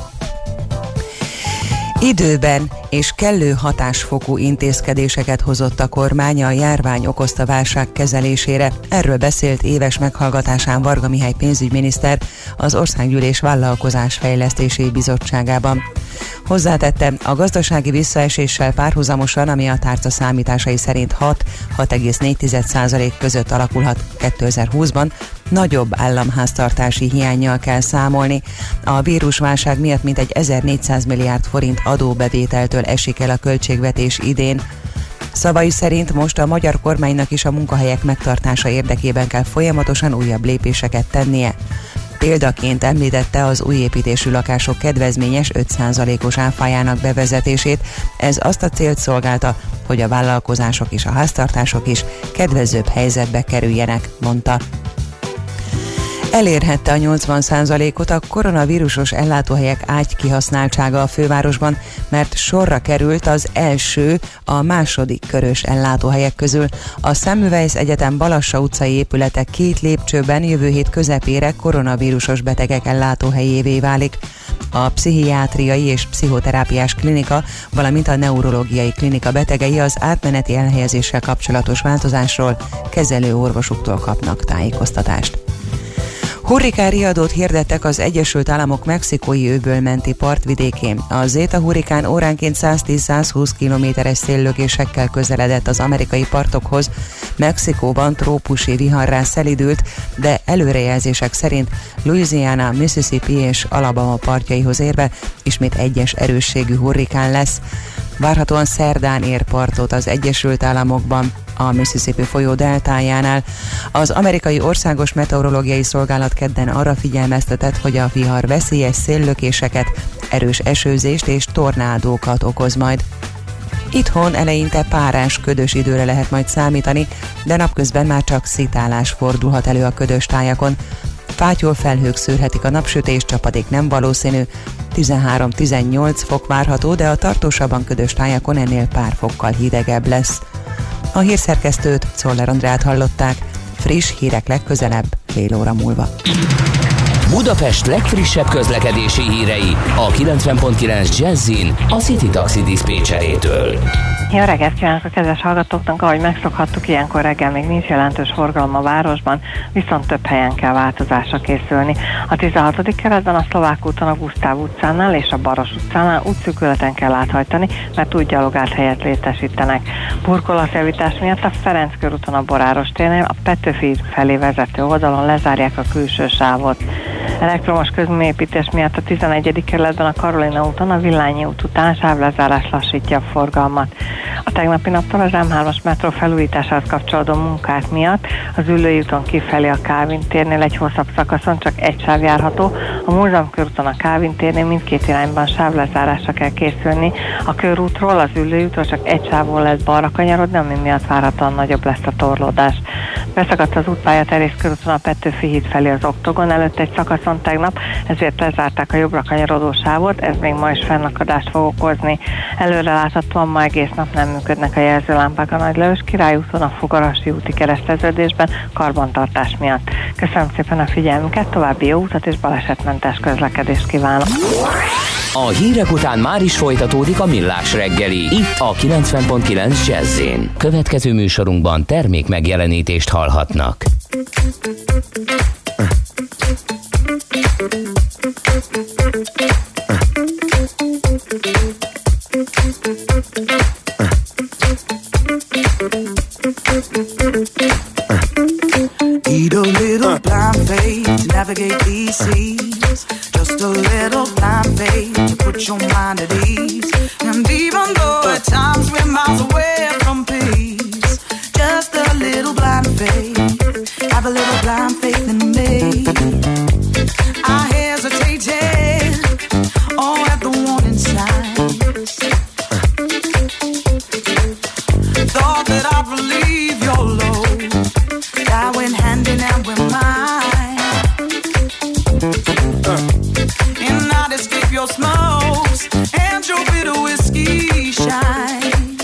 Időben és kellő hatásfokú intézkedéseket hozott a kormány a járvány okozta válság kezelésére. Erről beszélt éves meghallgatásán Varga Mihály pénzügyminiszter az Országgyűlés Vállalkozásfejlesztési Bizottságában. Hozzátette, a gazdasági visszaeséssel párhuzamosan, ami a tárca számításai szerint hat-hat egész négy százalék között alakulhat kétezer-húszban, nagyobb államháztartási hiánnyal kell számolni. A vírusválság miatt mintegy ezernégyszáz milliárd forint adóbevételtől esik el a költségvetés idén. Szavai szerint most a magyar kormánynak is a munkahelyek megtartása érdekében kell folyamatosan újabb lépéseket tennie. Példaként említette az új építésű lakások kedvezményes öt százalékos áfájának bevezetését. Ez azt a célt szolgálta, hogy a vállalkozások és a háztartások is kedvezőbb helyzetbe kerüljenek, mondta. Elérhette a nyolcvan százalékot a koronavírusos ellátóhelyek ágykihasználtsága a fővárosban, mert sorra került az első, a második körös ellátóhelyek közül. A Semmelweis Egyetem Balassa utcai épülete két lépcsőben jövő hét közepére koronavírusos betegek ellátóhelyévé válik. A pszichiátriai és pszichoterápiás klinika, valamint a neurológiai klinika betegei az átmeneti elhelyezéssel kapcsolatos változásról kezelő orvosuktól kapnak tájékoztatást. Hurrikánriadót hirdettek az Egyesült Államok mexikói öbölmenti partvidékén. A Zeta hurrikán óránként száztíz-százhúsz kilométeres széllökésekkel közeledett az amerikai partokhoz. Mexikóban trópusi viharrá szelidült, de előrejelzések szerint Louisiana, Mississippi és Alabama partjaihoz érve ismét egyes erősségű hurrikán lesz. Várhatóan szerdán ér partot az Egyesült Államokban, a Mississippi folyó deltájánál. Az amerikai országos meteorológiai szolgálat kedden arra figyelmeztetett, hogy a vihar veszélyes széllökéseket, erős esőzést és tornádókat okoz majd. Itthon eleinte párás, ködös időre lehet majd számítani, de napközben már csak szitálás fordulhat elő a ködös tájakon. Fátyol felhők szőrhetik a napsütés, csapadék nem valószínű, tizenhárom-tizennyolc fok várható, de a tartósabban ködös tájakon ennél pár fokkal hidegebb lesz. A hírszerkesztőt, Czoller Andrát hallották, Friss hírek legközelebb, fél óra múlva. Budapest legfrissebb közlekedési hírei a kilencven pont kilenc Jazzin a City Taxi diszpécserétől. Jó reggelt kívánok a kedves hallgatóknak, ahogy megszokhattuk, ilyenkor reggel még nincs jelentős forgalom a városban, viszont több helyen kell változásra készülni. A tizenhatodik kerületben a Szlovák úton a Gusztáv utcánál és a Baros utcánál útszűkületen kell áthajtani, mert úgy gyalogált helyet létesítenek. Burkolatjavítás miatt a Ferenc körúton a Boráros térnél a Petőfi felé vezető oldalon lezárják a külső sávot. Elektromos közműépítés miatt a tizenegyedik kerületben a Karolina úton a Villányi út után sávlezárás lassítja a forgalmat. A tegnapi naptól az M hármas metró felújításához kapcsolódó munkák miatt az Üllői úton kifelé a Kálvin térnél egy hosszabb szakaszon csak egy sáv járható, a Múzeum körúton a Kálvin térnél mindkét irányban sávlezárásra kell készülni, a körútról az Üllői útról csak egy sávon lehet balra kanyarodni, ami miatt várhatóan nagyobb lesz a torlódás. Beszakadt az útpályaterés körúton a Petőfi híd felé az Oktogon előtt egy szakaszon tegnap, ezért lezárták a jobbra kanyarodó sávot, ez még ma is fennakadást fog okozni. Előre láthatóan ma egész nap nem működnek a jelzőlámpák a Nagylajos Király úton, a Fogarasi úti kereszteződésben karbantartás miatt. Köszönöm szépen a figyelmüket, további jó utat és balesetmentes közlekedést kívánok! A hírek után már is folytatódik a Millás reggeli, itt a kilencven pont kilenc Jazz-én. Következő műsorunkban termék megjelenítést hallhatnak. Need a little blind faith to navigate these seas. Just a little blind faith to put your mind at ease. And even though at times we're miles away from peace, just a little blind faith, have a little blind faith in me. I hesitated, all at the warning signs. Thought that I'd relieve your load, that went hand in hand with mine, uh. and I'd escape your smokes and your bitter whiskey shine.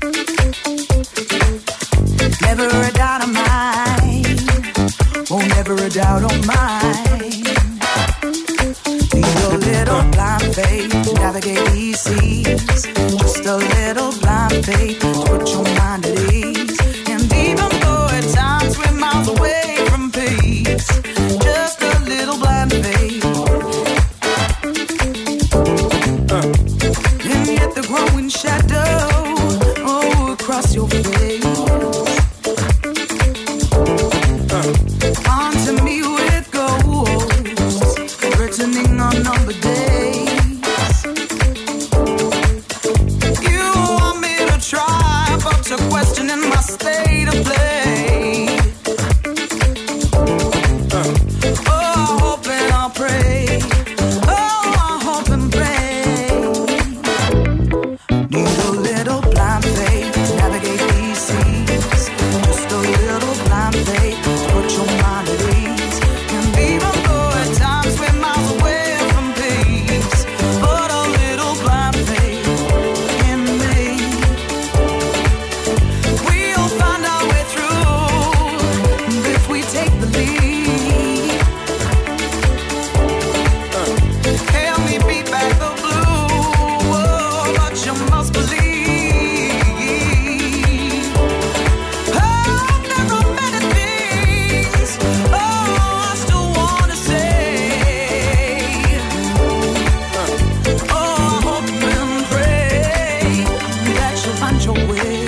Never a doubt of mine, oh never a doubt of mine. Need a little blind faith to navigate these seas. Just a little blind faith to put your mind at ease. And even though at times we're miles away from peace, just a little blind faith. Uh. And yet the growing shadow, oh, across your face. Uh. Haunting me with ghosts, returning on number days. You want me to try, but you're questioning my state of play. Uh. Oh, I hope and I'll pray. Oh, I hope and pray. Need a little blind faith to navigate these seas. Just a little blind faith to put your mind at ease. And even though at times we're miles away from peace, but a little blind faith in me. We'll find our way through if we take the lead. Uh, help me beat back the blue, oh, but you must believe. Oh, there are many things, oh, I still want to say. Uh, oh, I hope and pray that you'll find your way.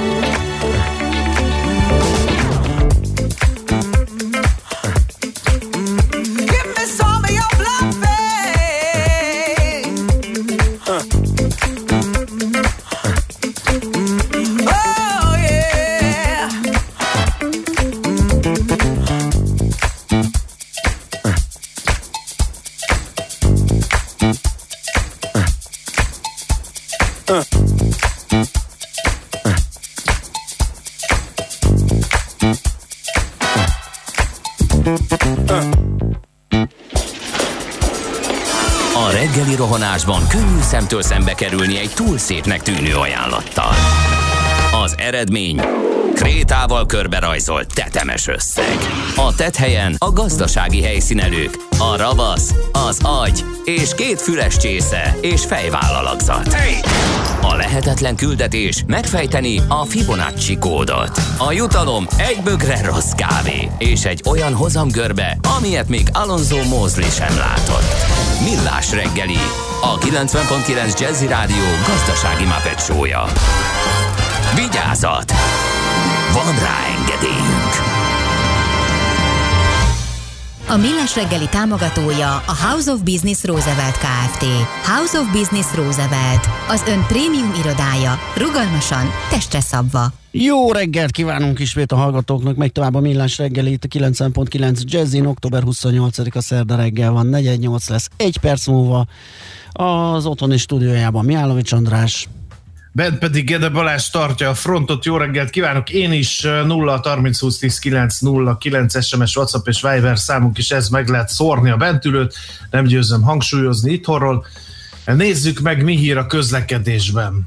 Give me some of your blind faith. Uh. Oh, yeah. A reggeli rohanásban könnyű szemtől szembe kerülni egy túl szépnek tűnő ajánlattal. Az eredmény krétával körberajzolt tetemes összeg. A tetthelyen a gazdasági helyszínelők, a ravasz, az agy és két füles csésze és fejvállalakzat. A lehetetlen küldetés megfejteni a Fibonacci kódot. A jutalom egy bögre rossz kávé és egy olyan hozamgörbe, amilyet még Alonso Mosley sem látott. Millás reggeli, a kilencven pont kilenc Jazzy Rádió gazdasági Muppet show-ja. Vigyázat! Van rá engedélyünk! A Millás reggeli támogatója a House of Business Roosevelt Kft. House of Business Roosevelt, az ön prémium irodája, rugalmasan, testre szabva. Jó reggelt kívánunk ismét a hallgatóknak, megy tovább a Millás reggeli itt a kilencven pont kilenc Jazzin, október huszonnyolcadika szerda reggel van, negyvennyolc lesz, egy perc múlva az otthoni stúdiójában Mihálovics András. Bent pedig Gede Balázs tartja a frontot. Jó reggelt kívánok! Én is nulla harminc húsz tíz kilenc nulla kilenc es em es, WhatsApp és Viber számunk is, ez meg lehet szórni a bentülőt, nem győzöm hangsúlyozni itthonról. Nézzük meg, mi hír a közlekedésben.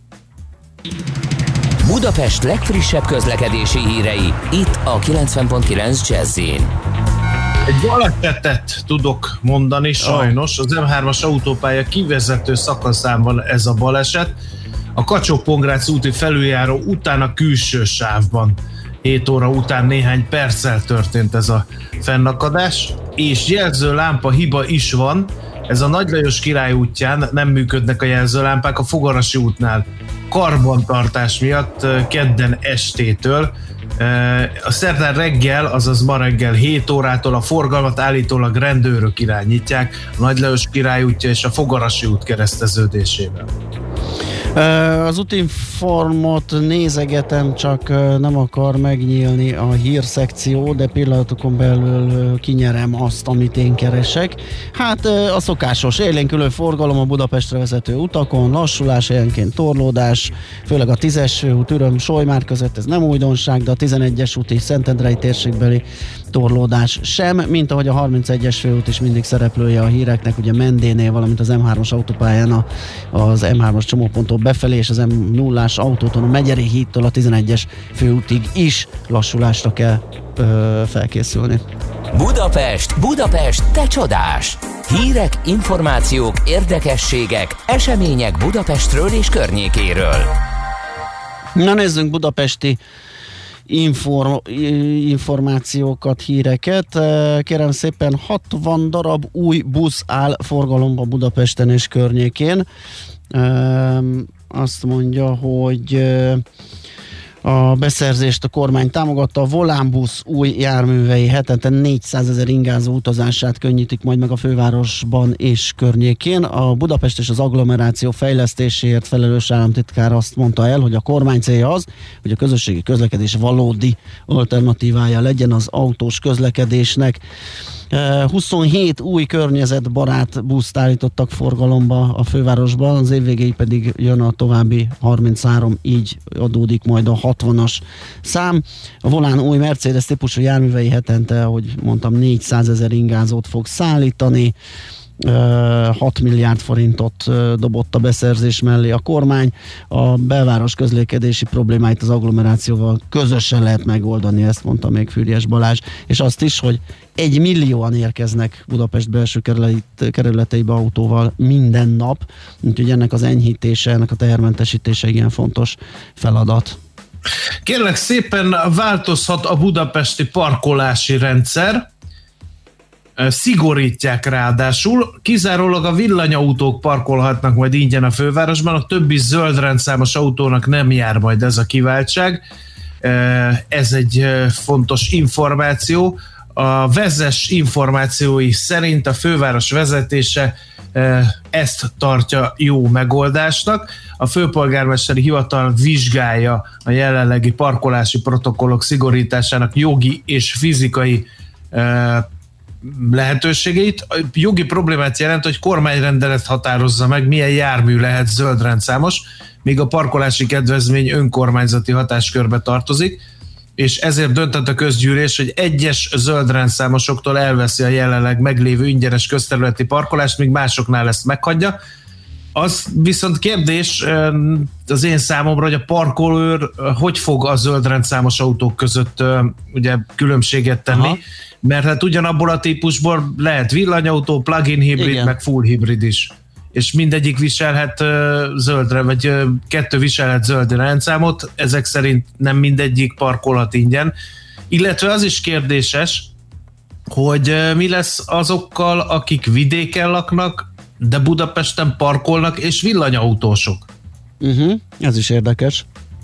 Budapest legfrissebb közlekedési hírei, itt a kilencven pont kilenc Jazzin. Egy balesetet tudok mondani, sajnos. Az em hármas autópálya kivezető szakaszán van ez a baleset. A Kacsó-Pongrác úti felüljáró után a külső sávban. hét óra után néhány perccel történt ez a fennakadás, és jelzőlámpa hiba is van. Ez a Nagy Lajos Király útján nem működnek a jelzőlámpák, a Fogarasi útnál karbantartás miatt kedden estétől. A szerdán reggel, azaz ma reggel hét órától a forgalmat állítólag rendőrök irányítják a Nagy Lajos Király útja és a Fogarasi út kereszteződésében. Az útinformot nézegetem, csak nem akar megnyílni a hírszekció, de pillanatokon belül kinyerem azt, amit én keresek. Hát a szokásos élénkülő forgalom a Budapestre vezető utakon, lassulás, helyenként torlódás, főleg a tízes út Üröm-Solymár között, ez nem újdonság, de a tizenegyes út és Szentendrei térségbeli torlódás sem, mint ahogy a harmincegyes főút is mindig szereplője a híreknek, ugye Mendénél, valamint az em hármas autópályán az em hármas csomóponttól befelé és az em nullás autóton a Megyeri hídtól a tizenegyes főútig is lassulásra kell ö, felkészülni. Budapest, Budapest, te csodás! Hírek, információk, érdekességek, események Budapestről és környékéről. Na nézzünk budapesti Inform- információkat, híreket. Kérem szépen, hatvan darab új busz áll forgalomba Budapesten és környékén. Azt mondja, hogy a beszerzést a kormány támogatta, a Volánbusz új járművei hetente négyszázezer ingázó utazását könnyítik majd meg a fővárosban és környékén. A Budapest és az agglomeráció fejlesztéséért felelős államtitkár azt mondta el, hogy a kormány célja az, hogy a közösségi közlekedés valódi alternatívája legyen az autós közlekedésnek. huszonhét új környezetbarát buszt állítottak forgalomba a fővárosban, az év végéig pedig jön a további harminchárom, így adódik majd a hatvanas szám. A Volán új Mercedes típusú járművei hetente, ahogy mondtam, négyszázezer ingázót fog szállítani. hat milliárd forintot dobott a beszerzés mellé a kormány. A belváros közlekedési problémáit az agglomerációval közösen lehet megoldani, ezt mondta még Füriyes Balázs, és azt is, hogy egy millióan érkeznek Budapest belső kerületeibe autóval minden nap, úgyhogy ennek az enyhítése, ennek a tehermentesítése igen fontos feladat. Kérlek szépen, változhat a budapesti parkolási rendszer, szigorítják ráadásul, kizárólag a villanyautók parkolhatnak majd ingyen a fővárosban, a többi zöld rendszámos autónak nem jár majd ez a kiváltság. Ez egy fontos információ. A Vezes információi szerint a főváros vezetése ezt tartja jó megoldásnak. A főpolgármesteri hivatal vizsgálja a jelenlegi parkolási protokollok szigorításának jogi és fizikai lehetőségeit. A jogi problémát jelent, hogy kormányrendelet határozza meg, milyen jármű lehet zöld rendszámos, míg a parkolási kedvezmény önkormányzati hatáskörbe tartozik, és ezért döntött a közgyűlés, hogy egyes zöld rendszámosoktól elveszi a jelenleg meglévő ingyenes közterületi parkolást, míg másoknál ezt meghagyja. Az viszont kérdés az én számomra, hogy a parkolőr hogy fog a zöldrendszámos autók között ugye különbséget tenni, aha, mert hát ugyanabból a típusból lehet villanyautó, plug-in hibrid, igen, meg full hibrid is. És mindegyik viselhet zöldre, vagy kettő viselhet zöld rendszámot, ezek szerint nem mindegyik parkolhat ingyen. Illetve az is kérdéses, hogy mi lesz azokkal, akik vidéken laknak, de Budapesten parkolnak, és villanyautósok. Uh-huh, ez is érdekes.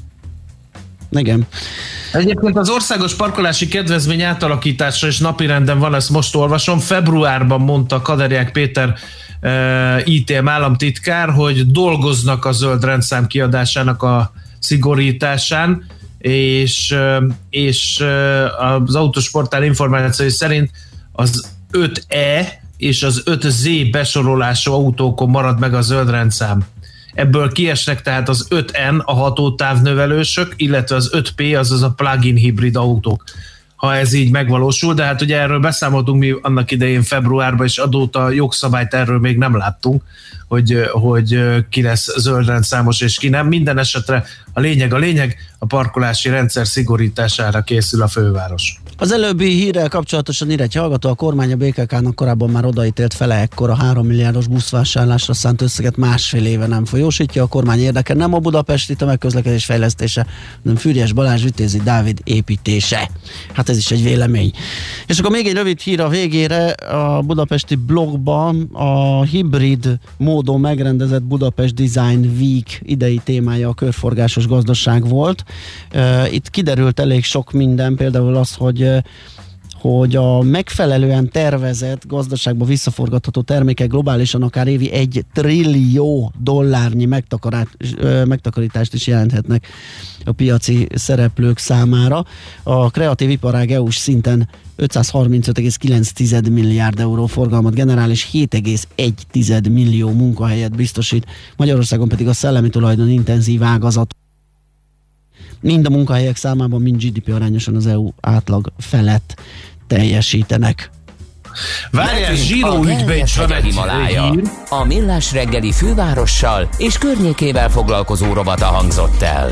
Igen. Egyébként az országos parkolási kedvezmény átalakítása is napirenden van, ezt most olvasom. Februárban mondta Kaderják Péter uh, í té em államtitkár, hogy dolgoznak a zöld rendszám kiadásának a szigorításán, és, uh, és uh, az Autosportál információi szerint az öt E és az öt zé besorolású autókon marad meg a zöld rendszám. Ebből kiesnek tehát az öt en, a hatótávnövelősök, illetve az öt pé, azaz a plug-in hibrid autók, ha ez így megvalósul, de hát ugye erről beszámoltunk mi annak idején februárban, és adóta jogszabályt erről még nem láttunk, hogy, hogy ki lesz zöldrendszámos és ki nem. Minden esetre a lényeg a lényeg, a parkolási rendszer szigorítására készül a főváros. Az előbbi hírrel kapcsolatosan ír egy hallgató, a kormány a bé ká ká-nak korábban már odaítélt fele ekkora három milliárdos buszvásárlásra szánt összeget másfél éve nem folyósítja. A kormány érdeke nem a budapesti tömegközlekedés fejlesztése, hanem Füriyes Balázs, Vitézi Dávid építése. Hát ez is egy vélemény. És akkor még egy rövid hír a végére. A budapesti blogban a hibrid módon megrendezett Budapest Design Week idei témája a körforgásos gazdaság volt. Itt kiderült elég sok minden, például az, hogy hogy a megfelelően tervezett gazdaságba visszaforgatható termékek globálisan akár évi egy trillió dollárnyi megtakarítást is jelenthetnek a piaci szereplők számára. A kreatív iparág é u-s szinten ötszázharmincöt egész kilenc milliárd euró forgalmat generál, és hét egész egy millió munkahelyet biztosít. Magyarországon pedig a szellemi tulajdon intenzív ágazat mind a munkahelyek számában, mind gé dé pé arányosan az é u átlag felett teljesítenek. Várjál, zsíró ügybe is van egy Himalája. A Millás reggeli fővárossal és környékével foglalkozó rovata hangzott el.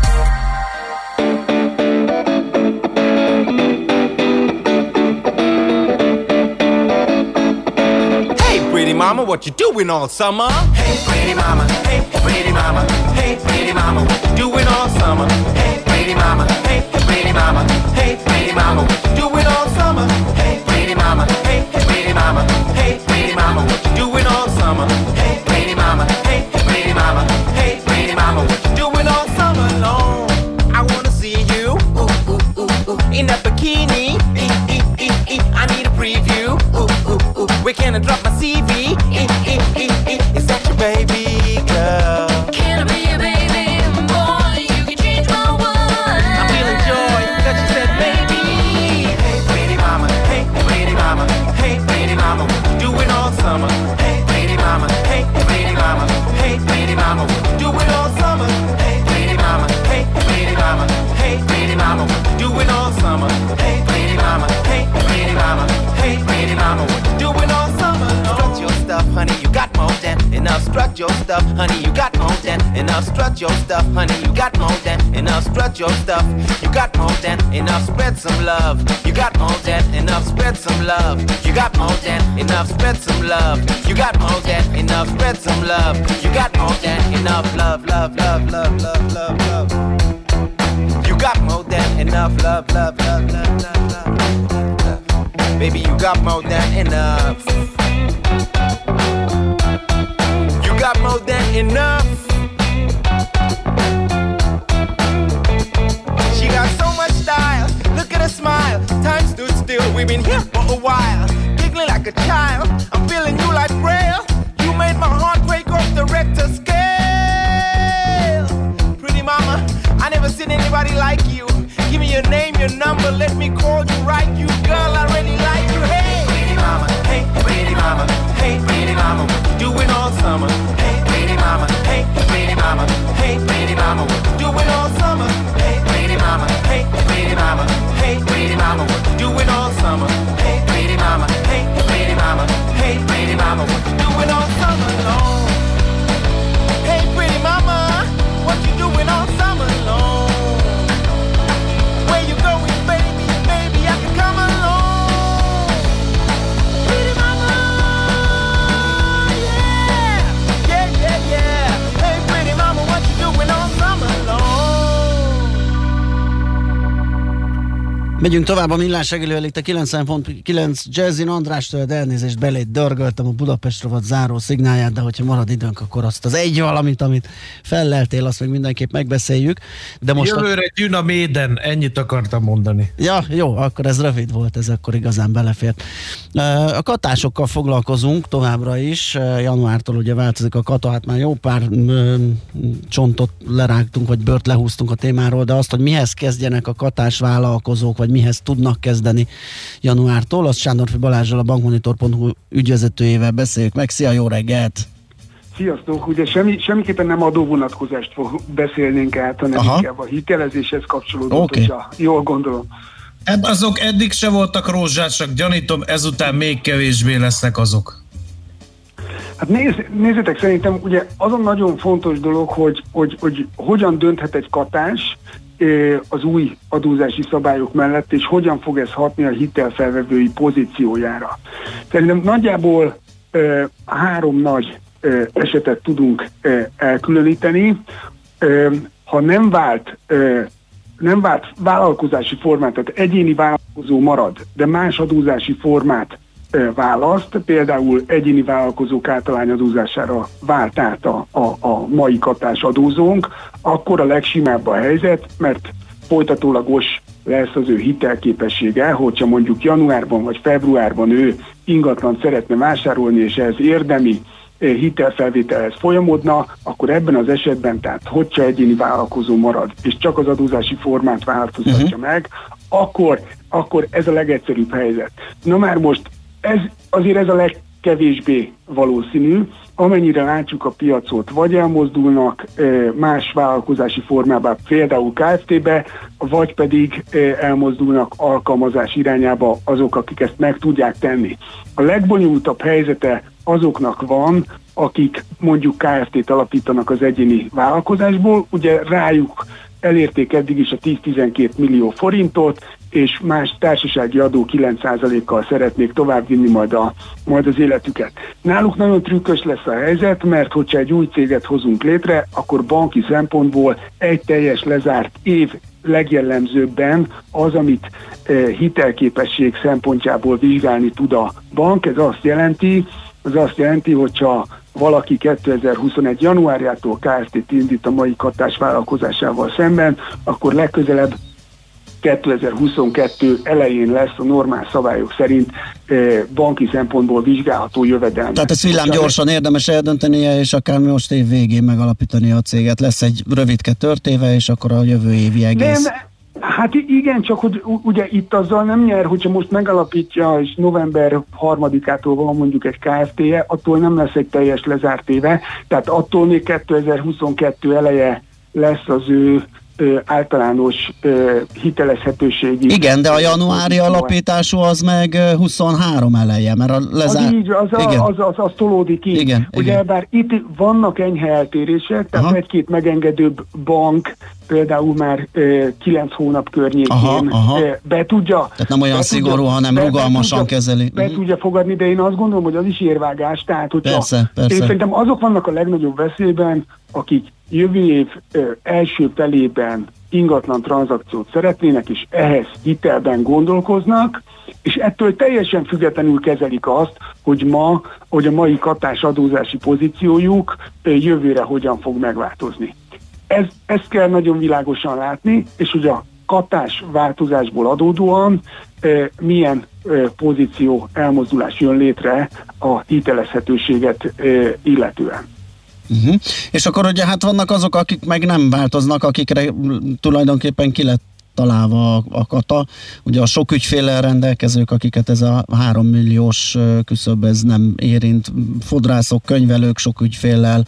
Pretty mama, what you doing all summer? Hey, pretty mama, hey, pretty mama, hey, pretty mama, what you doing all summer? Hey, pretty mama, hey, pretty mama, hey, pretty mama, what you doing all summer? Hey, pretty mama, hey, pretty mama, hey, pretty mama, what you doing all summer? Hey, pretty mama, hey, pretty mama, hey, pretty mama, what you doing all summer long? I wanna see you ooh, ooh, ooh, ooh, in that bikini. E, e, e, e, I need a preview. Ooh, ooh, ooh. Where can I drop my C V? E, e, e, e, is that your baby girl? Can I be your baby boy? You can change my world. I'm feeling joy that you said baby. Hey, pretty mama, hey, pretty mama, hey, pretty mama, what you doing all summer? Hey, pretty mama, hey, pretty mama, hey, pretty mama, what you doing all summer? Hey, pretty mama, hey, pretty mama, hey, pretty mama, what you doing all summer? Hey, pretty mama, hey, pretty mama, hey, pretty mama, what you doing all summer? Strut your stuff, honey, you got more than enough. Strut your stuff, honey, you got more than enough. Strut your stuff, honey, you got more than enough. Strut your stuff, you got more than enough. Spread some love, you got more than enough. Spread some love, you got more than enough. Spread some love, you got more than enough. Spread some love, you got more than enough. Love, love, love, love, love, love, love. You got more than enough. Love, love, love, love, love, love, love. Baby, you got more than enough. You got more than enough. She got so much style. Look at her smile. Time stood still. We've been here for a while. Giggling like a child. I'm feeling you like Braille. You made my heart break off the Richter scale. Pretty mama, I never seen anybody like you. Give me your name, your number. Let me call you right. You girl, I really like you. Hey, pretty mama. Hey, pretty mama. Hey, pretty mama, what you doing all summer? Hey, pretty mama. Hey, pretty mama. Hey, pretty mama, what you doing all summer? Hey, pretty mama. Hey, pretty mama. Hey, pretty mama, what you doing all summer? Hey, pretty mama. Hey, pretty mama. Hey, pretty mama, what you doing all summer long? Megyünk tovább a millás reggelivel itt a kilencven pont kilenc Jazzin. Andrástól elnézést, belét dörgöltem a Budapest rovat záró szignálját, de hogyha marad időnk, akkor azt az egy valamit, amit felleltél, azt még mindenképp megbeszéljük. De most jövőre a... Gyűna Méden, ennyit akartam mondani. Ja, jó, akkor ez rövid volt, ez akkor igazán belefért. A katásokkal foglalkozunk továbbra is. Januártól ugye változik a kata, hát már jó pár csontot lerágtunk, vagy bört lehúztunk a témáról, de azt, hogy mihez kezdjenek a katás vállalkozók, vagy mihez tudnak kezdeni januártól, azt Sándorfi Balázsral, a bankmonitor pont hu ügyvezetőjével beszéljük meg. Szia, jó reggelt! Sziasztok! Ugye semmi, semmiképpen nem adóvonatkozást fog beszélnénk át, hanem Aha. inkább a hitelezéshez kapcsolódott, okay. hogyha jól gondolom. Ed, azok eddig se voltak rózsásak, gyanítom, ezután még kevésbé lesznek azok. Hát nézz, nézzétek, szerintem ugye azon nagyon fontos dolog, hogy, hogy, hogy hogyan dönthet egy katás az új adózási szabályok mellett, és hogyan fog ez hatni a hitelfelvevői pozíciójára. Szerintem nagyjából e, három nagy e, esetet tudunk e, elkülöníteni. E, ha nem vált, e, nem vált vállalkozási formát, tehát egyéni vállalkozó marad, de más adózási formát e, választ, például egyéni vállalkozók általányadózására vált át a, a, a mai katás adózónk, akkor a legsimább a helyzet, mert folytatólagos lesz az ő hitelképessége, hogyha mondjuk januárban vagy februárban ő ingatlant szeretne vásárolni, és ez érdemi hitelfelvételhez folyamodna, akkor ebben az esetben, tehát hogyha egyéni vállalkozó marad, és csak az adózási formát változtatja uh-huh. meg, akkor, akkor ez a legegyszerűbb helyzet. Na már most ez, azért ez a legkevésbé valószínű, amennyire látjuk a piacot, vagy elmozdulnak e, más vállalkozási formába, például ká ef té-be, vagy pedig e, elmozdulnak alkalmazás irányába azok, akik ezt meg tudják tenni. A legbonyolultabb helyzete azoknak van, akik mondjuk ká ef té-t alapítanak az egyéni vállalkozásból, ugye rájuk elérték eddig is a tíz-tizenkét millió forintot, és más társasági adó kilenc százalékkal szeretnék továbbvinni majd, a, majd az életüket. Náluk nagyon trükkös lesz a helyzet, mert hogyha egy új céget hozunk létre, akkor banki szempontból egy teljes lezárt év legjellemzőbben az, amit eh, hitelképesség szempontjából vizsgálni tud a bank. Ez azt jelenti, az azt jelenti, hogyha valaki kétezer-huszonegy januárjától ká ef té-t indít a mai katás vállalkozásával szemben, akkor legközelebb kétezer-huszonkettő elején lesz a normál szabályok szerint eh, banki szempontból vizsgálható jövedelme. Tehát ezt villám gyorsan érdemes eldöntenie, és akár most év végén megalapítani a céget. Lesz egy rövidke törtéve, és akkor a jövő évi egész. Nem, hát igen, csak hogy ugye itt azzal nem nyer, hogyha most megalapítja, és november harmadikától van mondjuk egy ká ef té-je, attól nem lesz egy teljes lezárt éve, tehát attól még kétezer-huszonkettő eleje lesz az ő Ö, általános ö, hitelezhetőségi... Igen, de a januári alapítású az meg huszonhárom eleje, mert a lezár... Az így, az, igen. az, az, az tolódik így. Igen, ugye igen. Bár itt vannak enyhe eltérések, tehát aha. egy-két megengedőbb bank például már kilenc hónap környékén aha, aha. Ö, be tudja... Tehát nem olyan szigorú, tudja, hanem be, rugalmasan be tudja, kezeli. Be uh-huh. tudja fogadni, de én azt gondolom, hogy az is érvágás, tehát hogyha... Persze, persze. Én szerintem azok vannak a legnagyobb veszélyben, akik jövő év ö, első felében ingatlan tranzakciót szeretnének, és ehhez hitelben gondolkoznak, és ettől teljesen függetlenül kezelik azt, hogy ma, hogy a mai katás adózási pozíciójuk ö, jövőre hogyan fog megváltozni. Ez, ezt kell nagyon világosan látni, és hogy a katás változásból adódóan ö, milyen ö, pozíció elmozdulás jön létre a hitelezhetőséget ö, illetően. Uh-huh. És akkor ugye hát vannak azok, akik meg nem változnak, akikre tulajdonképpen ki lett találva a, a kata. Ugye a sok ügyféllel rendelkezők, akiket ez a három milliós küszöb ez nem érint, fodrászok, könyvelők sok ügyféllel,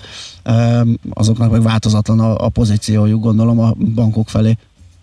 azoknak meg változatlan a, a pozíciójuk, gondolom, a bankok felé.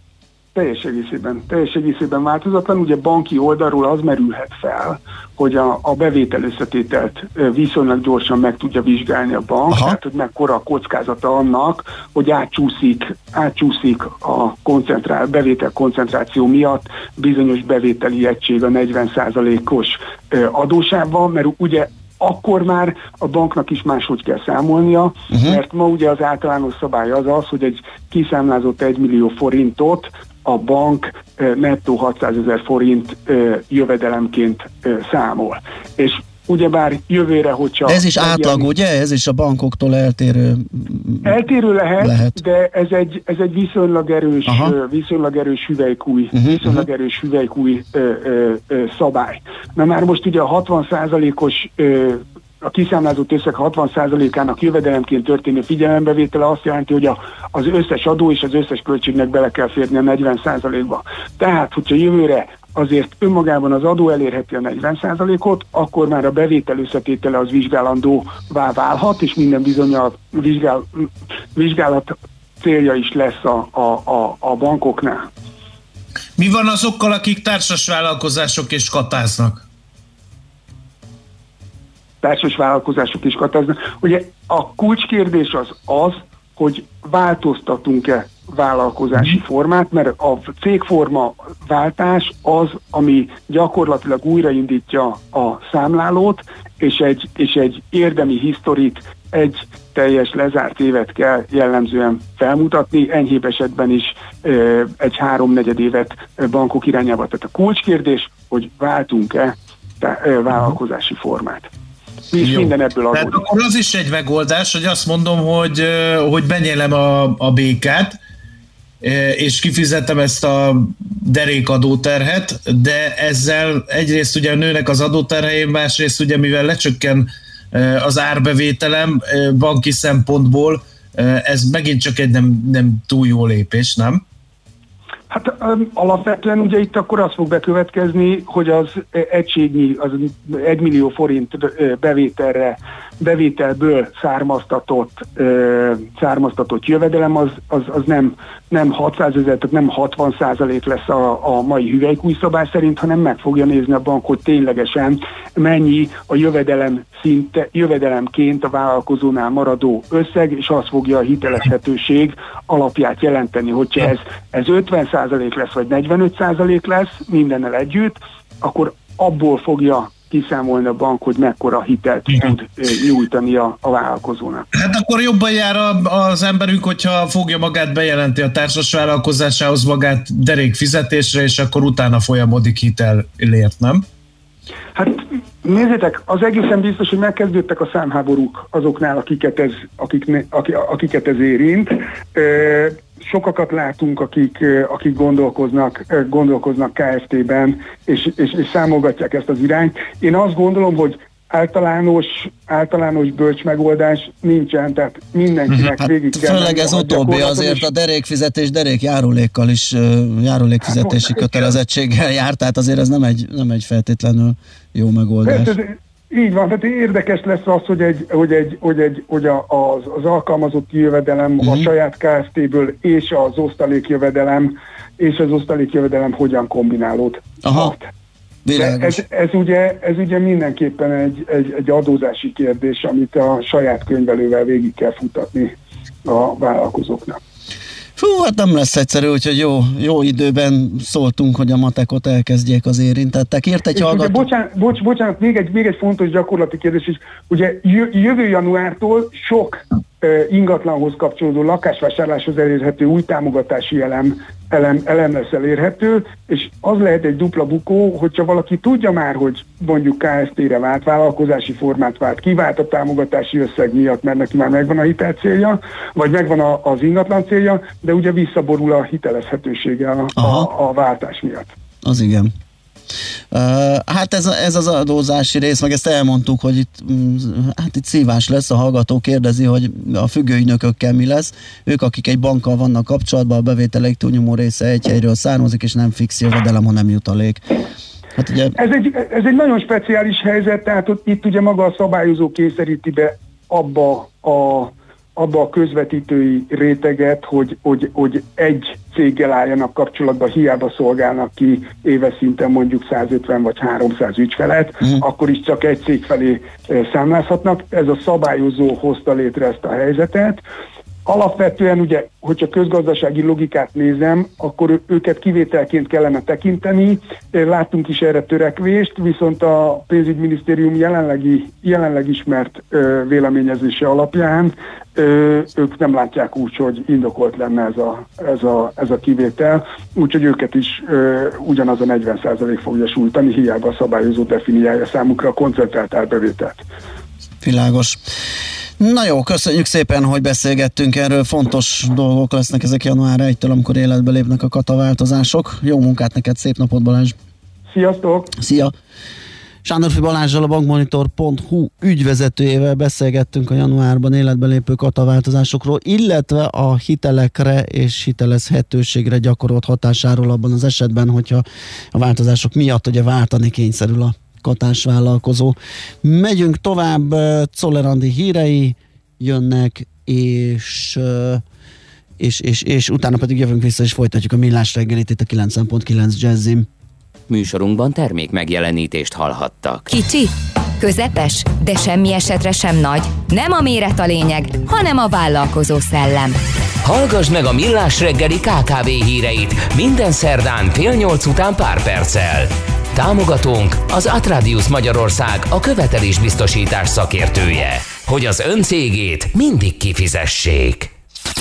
Teljes egészében, teljes egészében változatlan. Ugye banki oldalról az merülhet fel, hogy a, a bevétel összetételt viszonylag gyorsan meg tudja vizsgálni a bank, aha. tehát hogy mekkora a kockázata annak, hogy átcsúszik, átcsúszik a koncentrál, bevétel koncentráció miatt bizonyos bevételi egység a negyven százalékos adósában, mert ugye akkor már a banknak is máshogy kell számolnia, uh-huh. mert ma ugye az általános szabály az az, hogy egy kiszámlázott egy millió forintot a bank nettó hatszázezer forint jövedelemként számol. És ugyebár jövőre, hogyha... De ez is átlag, ugye? Ez is a bankoktól eltérő... Eltérő lehet, lehet. de ez egy, ez egy viszonylag erős, Aha. viszonylag erős hüvelykúj, uh-huh, viszonylag uh-huh. erős hüvelykúj ö, ö, ö, szabály. Na már most ugye a hatvan százalékos ö, a kiszámlázott összeg hatvan százalékának jövedelemként történő figyelembevétele azt jelenti, hogy a, az összes adó és az összes költségnek bele kell férni a negyven százalékba. Tehát, hogyha jövőre azért önmagában az adó elérheti a negyven százalékot, akkor már a bevétel összetétele az vizsgálandóvá válhat, és minden bizonnyal vizsgál, vizsgálat célja is lesz a, a, a, a bankoknál. Mi van azokkal, akik társasvállalkozások és katáznak? Társas vállalkozások is katáznak. Ugye a kulcskérdés az az, hogy változtatunk-e vállalkozási formát, mert a cégforma váltás az, ami gyakorlatilag újraindítja a számlálót, és egy, és egy érdemi historit, egy teljes lezárt évet kell jellemzően felmutatni, enyhébb esetben is ö, egy háromnegyed évet bankok irányába. Tehát a kulcskérdés, hogy váltunk-e tá- ö, vállalkozási formát. És minden ebből adódik. Tehát akkor az is egy megoldás, hogy azt mondom, hogy, hogy benyelem a, a békát, és kifizetem ezt a derék adóterhet, de ezzel egyrészt ugye nőnek az adóterheim, másrészt ugye mivel lecsökken az árbevételem banki szempontból, ez megint csak egy nem, nem túl jó lépés, nem? Hát um, alapvetően ugye itt akkor az fog bekövetkezni, hogy az egységnyi, az egymillió forint bevételre, bevételből származtatott, ö, származtatott jövedelem, az, az, az nem, nem hatszázezer, tehát nem hatvan százalék lesz a, a mai hüvelykúj szabály szerint, hanem meg fogja nézni a bank, hogy ténylegesen mennyi a jövedelem szinte, jövedelemként a vállalkozónál maradó összeg, és az fogja a hitelezhetőség alapját jelenteni, hogyha ez, ez ötven százalék lesz, vagy negyvenöt százalék lesz mindennel együtt, akkor abból fogja kiszámolni a bank, hogy mekkora hitelt tud nyújtani a, a vállalkozónak. Hát akkor jobban jár az emberünk, hogyha fogja magát, bejelenti a társas vállalkozásához magát derék fizetésre, és akkor utána folyamodik hitelért, nem? Hát nézzétek, az egészen biztos, hogy megkezdődtek a számháborúk azoknál, akiket ez, akik, akiket ez érint. Sokakat látunk, akik, akik gondolkoznak, gondolkoznak ká ef té-ben, és, és, és számolgatják ezt az irányt. Én azt gondolom, hogy általános, általános bölcs megoldás nincsen, tehát mindenkinek hát végig kell. Főleg ez utóbbi azért a derékfizetés derék járulékkal is, járulékfizetési hát, kötelezettséggel jár, tehát azért ez nem egy, nem egy feltétlenül jó megoldás. Ez, így van, tehát érdekes lesz az, hogy, egy, hogy, egy, hogy, egy, hogy a, az, az alkalmazotti jövedelem uh-huh. a saját ká ef té-ből és az osztalékjövedelem és az osztalékjövedelem hogyan kombinálódhat. Aha. Ez, ez, ugye, ez ugye mindenképpen egy, egy, egy adózási kérdés, amit a saját könyvelővel végig kell futatni a vállalkozóknak. Fú, hát nem lesz egyszerű, úgyhogy jó, jó időben szóltunk, hogy a matekot elkezdjék az érintettek. Írt egy hallgató... Bocsánat, bocs, bocsánat még, egy, még egy fontos gyakorlati kérdés is. Ugye jövő januártól sok uh, ingatlanhoz kapcsolódó lakásvásárláshoz elérhető új támogatási elem, elem, elem lesz elérhető, és az lehet egy dupla bukó, hogyha valaki tudja már, hogy mondjuk ká ef té-re vált, vállalkozási formát vált, kivált a támogatási összeg miatt, mert neki már megvan a hitel célja, vagy megvan a, az ingatlan célja, de ugye visszaborul a hitelezhetősége a, a, a váltás miatt. Az igen. Uh, hát ez, ez az adózási rész, meg ezt elmondtuk, hogy itt, hát itt szívás lesz, a hallgató kérdezi, hogy a függőügynökökkel mi lesz. Ők, akik egy bankkal vannak kapcsolatban, a bevételeik túlnyomó része egy helyről származik, és nem fix jövedelem, hanem jutalék. Hát ugye... ez, egy, ez egy nagyon speciális helyzet, tehát ott, itt ugye maga a szabályozó kényszeríti be abba a abba a közvetítői réteget, hogy, hogy, hogy egy céggel álljanak kapcsolatba, hiába szolgálnak ki éves szinten mondjuk százötven vagy háromszáz ügyfelet, mm. akkor is csak egy cég felé számlázhatnak. Ez a szabályozó hozta létre ezt a helyzetet. Alapvetően ugye, hogyha közgazdasági logikát nézem, akkor őket kivételként kellene tekinteni. Láttunk is erre törekvést, viszont a pénzügyminisztérium jelenlegi, jelenleg ismert véleményezése alapján ők nem látják úgy, hogy indokolt lenne ez a, ez a, ez a kivétel, úgyhogy őket is ugyanaz a negyven százalék fogja sújtani, hiába a szabályozó definiálja számukra a koncentrált árbevételt. Világos. Na jó, köszönjük szépen, hogy beszélgettünk erről. Fontos dolgok lesznek ezek január elsejétől, amikor életbe lépnek a kataváltozások. Jó munkát neked, szép napot, Balázs! Sziasztok! Szia! Sándorfi Balázsral, a bankmonitor pont hu ügyvezetőjével beszélgettünk a januárban életbe lépő kataváltozásokról, illetve a hitelekre és hitelezhetőségre gyakorolt hatásáról abban az esetben, hogyha a változások miatt ugye váltani kényszerül a katásvállalkozó. Megyünk tovább, Czoller Andi hírei jönnek, és, és, és, és utána pedig jövünk vissza, és folytatjuk a Millás reggelit itt a kilencven pont kilenc Jazzin. Műsorunkban termék megjelenítést hallhattak. Kicsi, közepes, de semmi esetre sem nagy. Nem a méret a lényeg, hanem a vállalkozó szellem. Hallgassd meg a Millás reggeli ká ká vé híreit minden szerdán fél nyolc után pár perccel. Támogatónk az Atradius Magyarország, a követelésbiztosítás szakértője, hogy az ön cégét mindig kifizessék.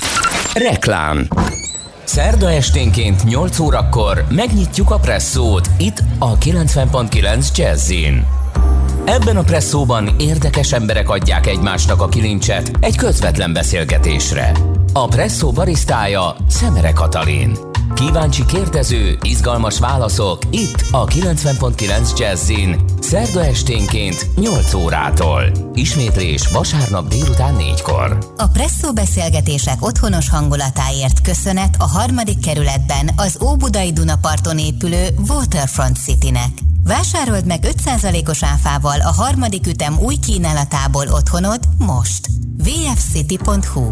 Reklám. Szerda esténként nyolc órakor megnyitjuk a presszót itt a kilencven pont kilenc Jazzin. Ebben a presszóban érdekes emberek adják egymásnak a kilincset egy közvetlen beszélgetésre. A presszó barisztája Szemere Katalin. Kíváncsi kérdező, izgalmas válaszok itt a kilencven pont kilenc Jazzin, szerda esténként nyolc órától. Ismétlés vasárnap délután négykor. A presszó beszélgetések otthonos hangulatáért köszönet a harmadik kerületben az Óbudai Dunaparton épülő Waterfront Citynek. Vásárold meg öt százalékos áfával a harmadik ütem új kínálatából otthonod most. vé ef city pont hu.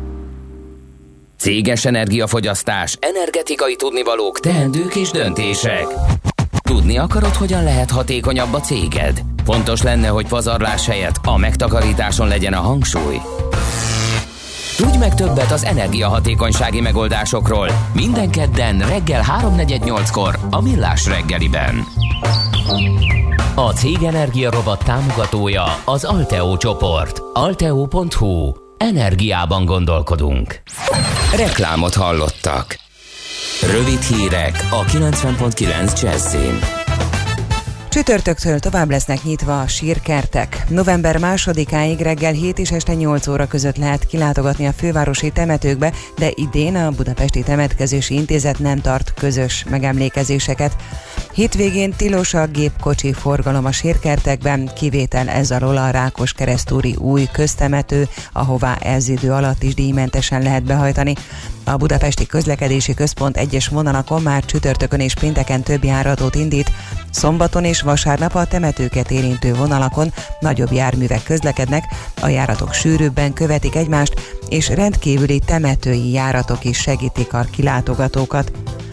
Céges energiafogyasztás, energetikai tudnivalók, teendők és döntések. Tudni akarod, hogyan lehet hatékonyabb a céged? Fontos lenne, hogy pazarlás helyett a megtakarításon legyen a hangsúly. Tudj meg többet az energiahatékonysági megoldásokról minden kedden reggel háromnegyed-nyolckor a Millás reggeliben. A Cég Energia Robot támogatója az Alteo csoport. alteo pont hu. Energiában gondolkodunk. Reklámot hallottak. Rövid hírek a kilencven pont kilenc Jazzin. Csütörtöktől tovább lesznek nyitva a sírkertek. November másodikáig reggel hét és este nyolc óra között lehet kilátogatni a fővárosi temetőkbe, de idén a Budapesti Temetkezési Intézet nem tart közös megemlékezéseket. Hétvégén tilos a gépkocsi forgalom a sírkertekben, kivétel ez alól a Rákoskeresztúri új köztemető, ahová ez idő alatt is díjmentesen lehet behajtani. A Budapesti Közlekedési Központ egyes vonalakon már csütörtökön és pénteken több járatot indít, szombaton és vasárnap a temetőket érintő vonalakon nagyobb járművek közlekednek, a járatok sűrűbben követik egymást, és rendkívüli temetői járatok is segítik a kilátogatókat.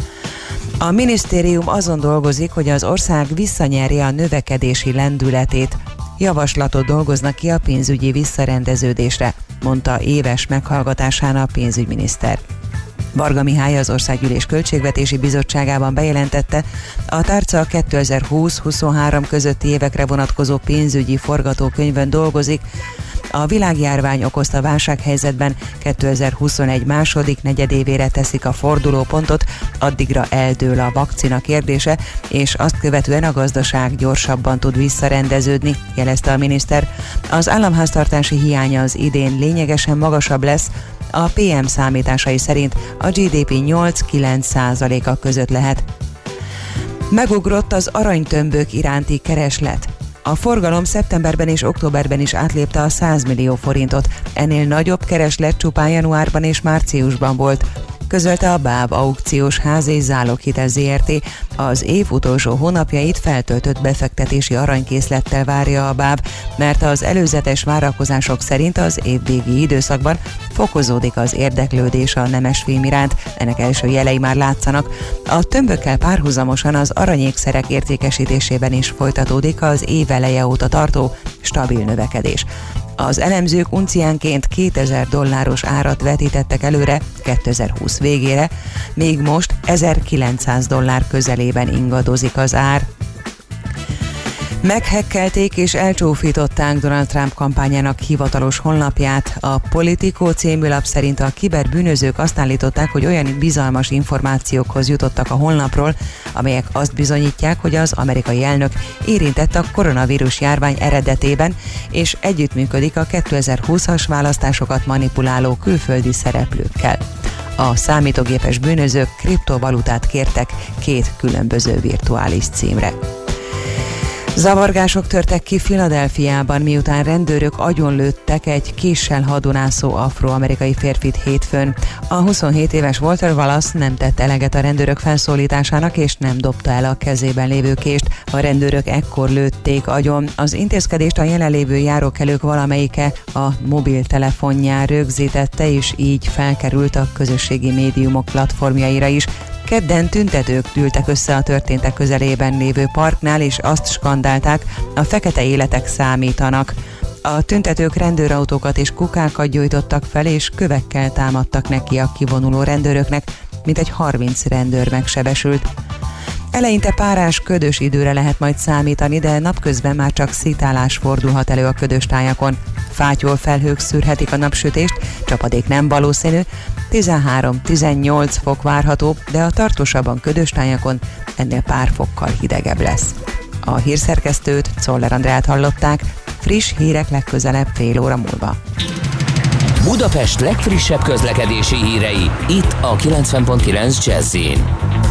A minisztérium azon dolgozik, hogy az ország visszanyerje a növekedési lendületét. Javaslatot dolgoznak ki a pénzügyi visszarendeződésre, mondta éves meghallgatásán a pénzügyminiszter. Varga Mihály az Országgyűlés Költségvetési Bizottságában bejelentette, a tárca kétezer-húsz-huszonhárom közötti évekre vonatkozó pénzügyi forgatókönyvön dolgozik. A világjárvány okozta válsághelyzetben kétezer-huszonegy második negyedévére teszik a fordulópontot, addigra eldől a vakcina kérdése, és azt követően a gazdaság gyorsabban tud visszarendeződni, jelezte a miniszter. Az államháztartási hiánya az idén lényegesen magasabb lesz, a pé em számításai szerint a gé dé pé nyolc-kilenc százaléka között lehet. Megugrott az aranytömbök iránti kereslet. A forgalom szeptemberben és októberben is átlépte a száz millió forintot, ennél nagyobb kereslet csupán januárban és márciusban volt, közölte a báb aukciós ház és záloghitel zé er té. Az év utolsó hónapjait feltöltött befektetési aranykészlettel várja a báb, mert az előzetes várakozások szerint az évvégi időszakban fokozódik az érdeklődés a nemesfém iránt, ennek első jelei már látszanak. A tömbökkel párhuzamosan az aranyékszerek értékesítésében is folytatódik az év eleje óta tartó stabil növekedés. Az elemzők unciánként kétezer dolláros árat vetítettek előre kétezer-húsz végére, még most ezerkilencszáz dollár közelében ingadozik az ár. Meghekkelték és elcsófították Donald Trump kampányának hivatalos honlapját. A Politico című lap szerint a kiberbűnözők azt állították, hogy olyan bizalmas információkhoz jutottak a honlapról, amelyek azt bizonyítják, hogy az amerikai elnök érintett a koronavírus járvány eredetében, és együttműködik a kétezer-húszas választásokat manipuláló külföldi szereplőkkel. A számítógépes bűnözők kriptovalutát kértek két különböző virtuális címre. Zavargások törtek ki Philadelphiában, miután rendőrök agyonlőttek egy késsel hadonászó afroamerikai férfit hétfőn. A huszonhét éves Walter Wallace nem tett eleget a rendőrök felszólításának, és nem dobta el a kezében lévő kést. A rendőrök ekkor lőtték agyon. Az intézkedést a jelenlévő járókelők valamelyike a mobiltelefonján rögzítette, és így felkerült a közösségi médiumok platformjaira is. Kedden tüntetők gyűltek össze a történtek közelében lévő parknál, és azt skandálták, a fekete életek számítanak. A tüntetők rendőrautókat és kukákat gyújtottak fel, és kövekkel támadtak neki a kivonuló rendőröknek, mintegy harminc rendőr megsebesült. Eleinte párás, ködös időre lehet majd számítani, de napközben már csak szitálás fordulhat elő a ködös tájakon. Fátyol felhők szűrhetik a napsütést, csapadék nem valószínű, tizenhárom-tizennyolc fok várható, de a tartósabban ködös tájakon ennél pár fokkal hidegebb lesz. A hírszerkesztőt, Czoller Andrát hallották, friss hírek legközelebb fél óra múlva. Budapest legfrissebb közlekedési hírei, itt a kilencven pont kilenc Jazz-in.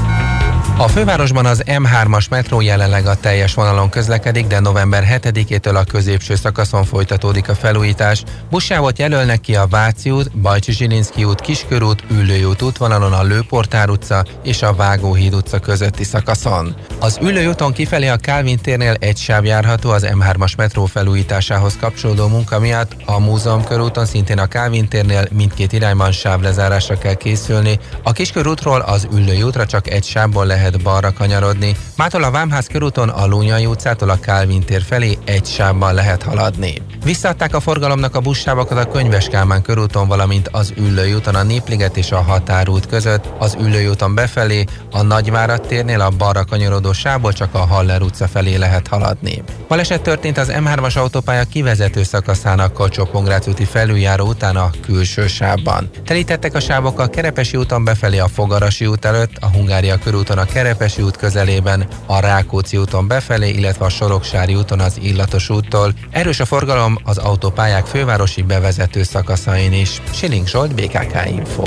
A fővárosban az em hármas metró jelenleg a teljes vonalon közlekedik, de november hetedikétől a középső szakaszon folytatódik a felújítás. Buszsávot jelölnek ki a Váci út, Bajcsy-Zsilinszky út, Kiskörút, Üllői út útvonalon a Lőportár utca és a Vágóhíd utca közötti szakaszon. Az Üllői úton kifelé a Kálvin térnél egy sáv járható az em hármas metró felújításához kapcsolódó munka miatt, a Múzeum körúton szintén a Kálvin térnél mindkét irányban sávlezárásra kell készülni. A Kiskörútról az Üllői útra csak egy sávból lehet balra kanyarodni. Mától a Vámház körúton a Lónyai utcától a Kálvin tér felé egy sávban lehet haladni. Visszaadták a forgalomnak a buszsávokat a Könyves Kálmán körúton, valamint az Üllői úton a Népliget és a Határút között, az Üllői úton befelé, a Nagyvárad térnél a balra kanyarodó sávból csak a Haller utca felé lehet haladni. Baleset történt az em hármas autópálya kivezető szakaszának Kacsó-Pongrác úti felüljáró után a külső sávban. Telítettek a sávok a Kerepesi úton befelé a Fogarasi út előtt, a Hungária körúton a Kerepesi út közelében, a Rákóczi úton befelé, illetve a Soroksári úton az Illatos úttól. Erős a forgalom az autópályák fővárosi bevezető szakaszain is. Siling Zsolt, bé ká ká Info.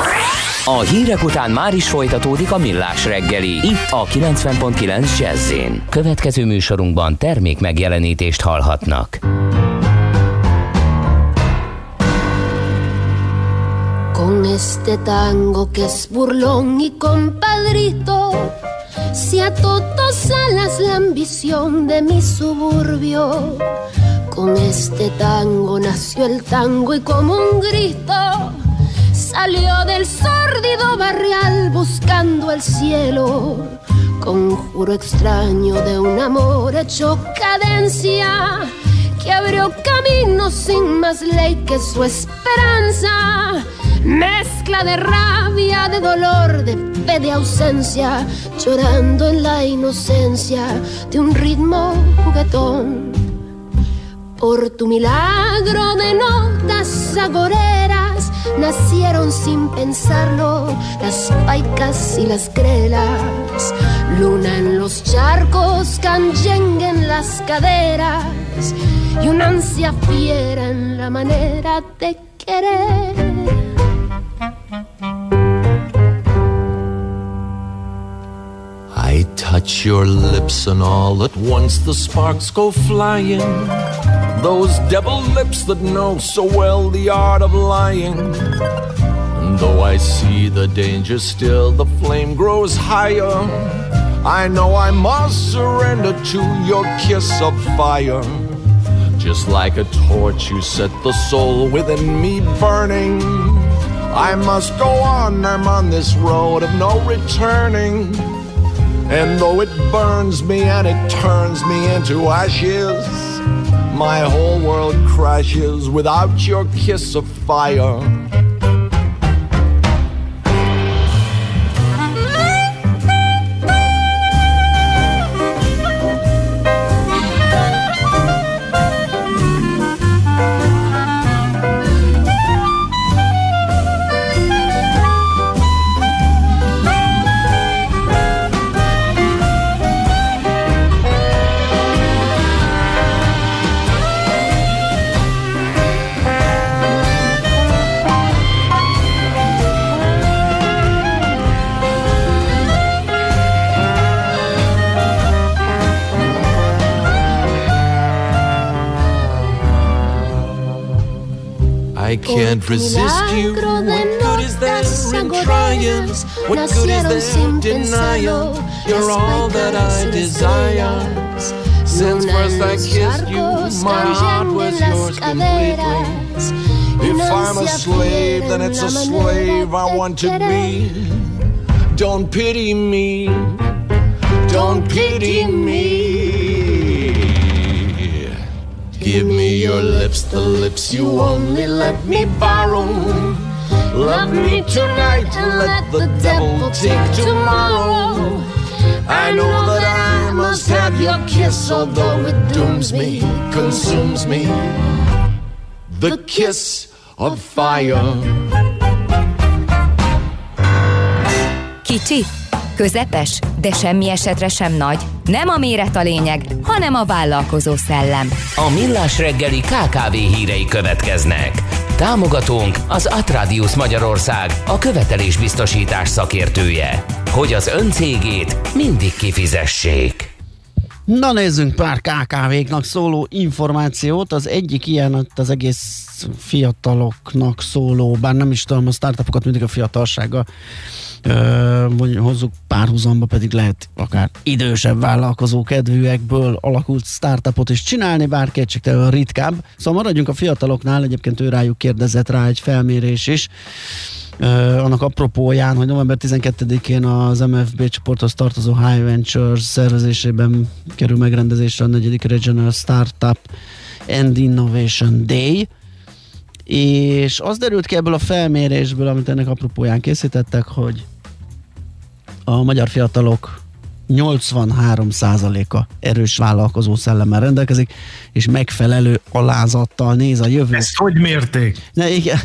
A hírek után már is folytatódik a Millás reggeli, itt a kilencven pont kilenc Jazz-in. Következő műsorunkban termék megjelenítést hallhatnak. Con este tango que es burlón y compadrito, si a todos alas la ambición de mi suburbio. Con este tango nació el tango y como un grito salió del sórdido barrial buscando el cielo. Conjuro extraño de un amor hecho cadencia que abrió camino sin más ley que su esperanza. Mezcla de rabia, de dolor, de fe, de ausencia, llorando en la inocencia de un ritmo juguetón. Por tu milagro de notas agoreras nacieron sin pensarlo las paicas y las grelas. Luna en los charcos, canyengue en las caderas y una ansia fiera en la manera de querer. I touch your lips and all at once the sparks go flying. Those devil lips that know so well the art of lying. And though I see the danger still, the flame grows higher. I know I must surrender to your kiss of fire. Just like a torch you set the soul within me burning. I must go on, I'm on this road of no returning. And though it burns me and it turns me into ashes, my whole world crashes without your kiss of fire. I can't resist you. What good is there in trying? What good is there in denying? You're all that I desire. Since first I kissed you, my heart was yours completely. If I'm a slave, then it's a slave I want to be. Don't pity me. Don't pity me. Give me your lips, the lips you only let me borrow. Love me tonight and let the devil take tomorrow. I know that I must have your kiss, although it dooms me, consumes me. The kiss of fire. Kicsi, közepes, de semmi esetre sem nagy. Nem a méret a lényeg, hanem a vállalkozó szellem. A Millás reggeli ká ká vé hírei következnek. Támogatónk az Atradius Magyarország, a követelésbiztosítás szakértője. Hogy az ön cégét mindig kifizessék. Na nézzünk pár ká ká véknak szóló információt. Az egyik ilyen az egész fiataloknak szóló, bár nem is tudom, a startupokat mindig a fiatalsággal Uh, hozzuk párhuzamba, pedig lehet akár idősebb vállalkozó kedvűekből alakult startupot is csinálni, bár kétségtelenül ritkább. Szóval maradjunk a fiataloknál, egyébként ő rájuk kérdezett rá egy felmérés is. Uh, annak apropóján, hogy november tizenkettedikén az em ef bé csoporthoz tartozó High Ventures szervezésében kerül megrendezésre a negyedik Regional Startup and Innovation Day, és az derült ki ebből a felmérésből, amit ennek apropóján készítettek, hogy a magyar fiatalok nyolcvanhárom százaléka erős vállalkozó szellemmel rendelkezik, és megfelelő alázattal néz a jövő. Ezt hogy mérték? Ne, igen.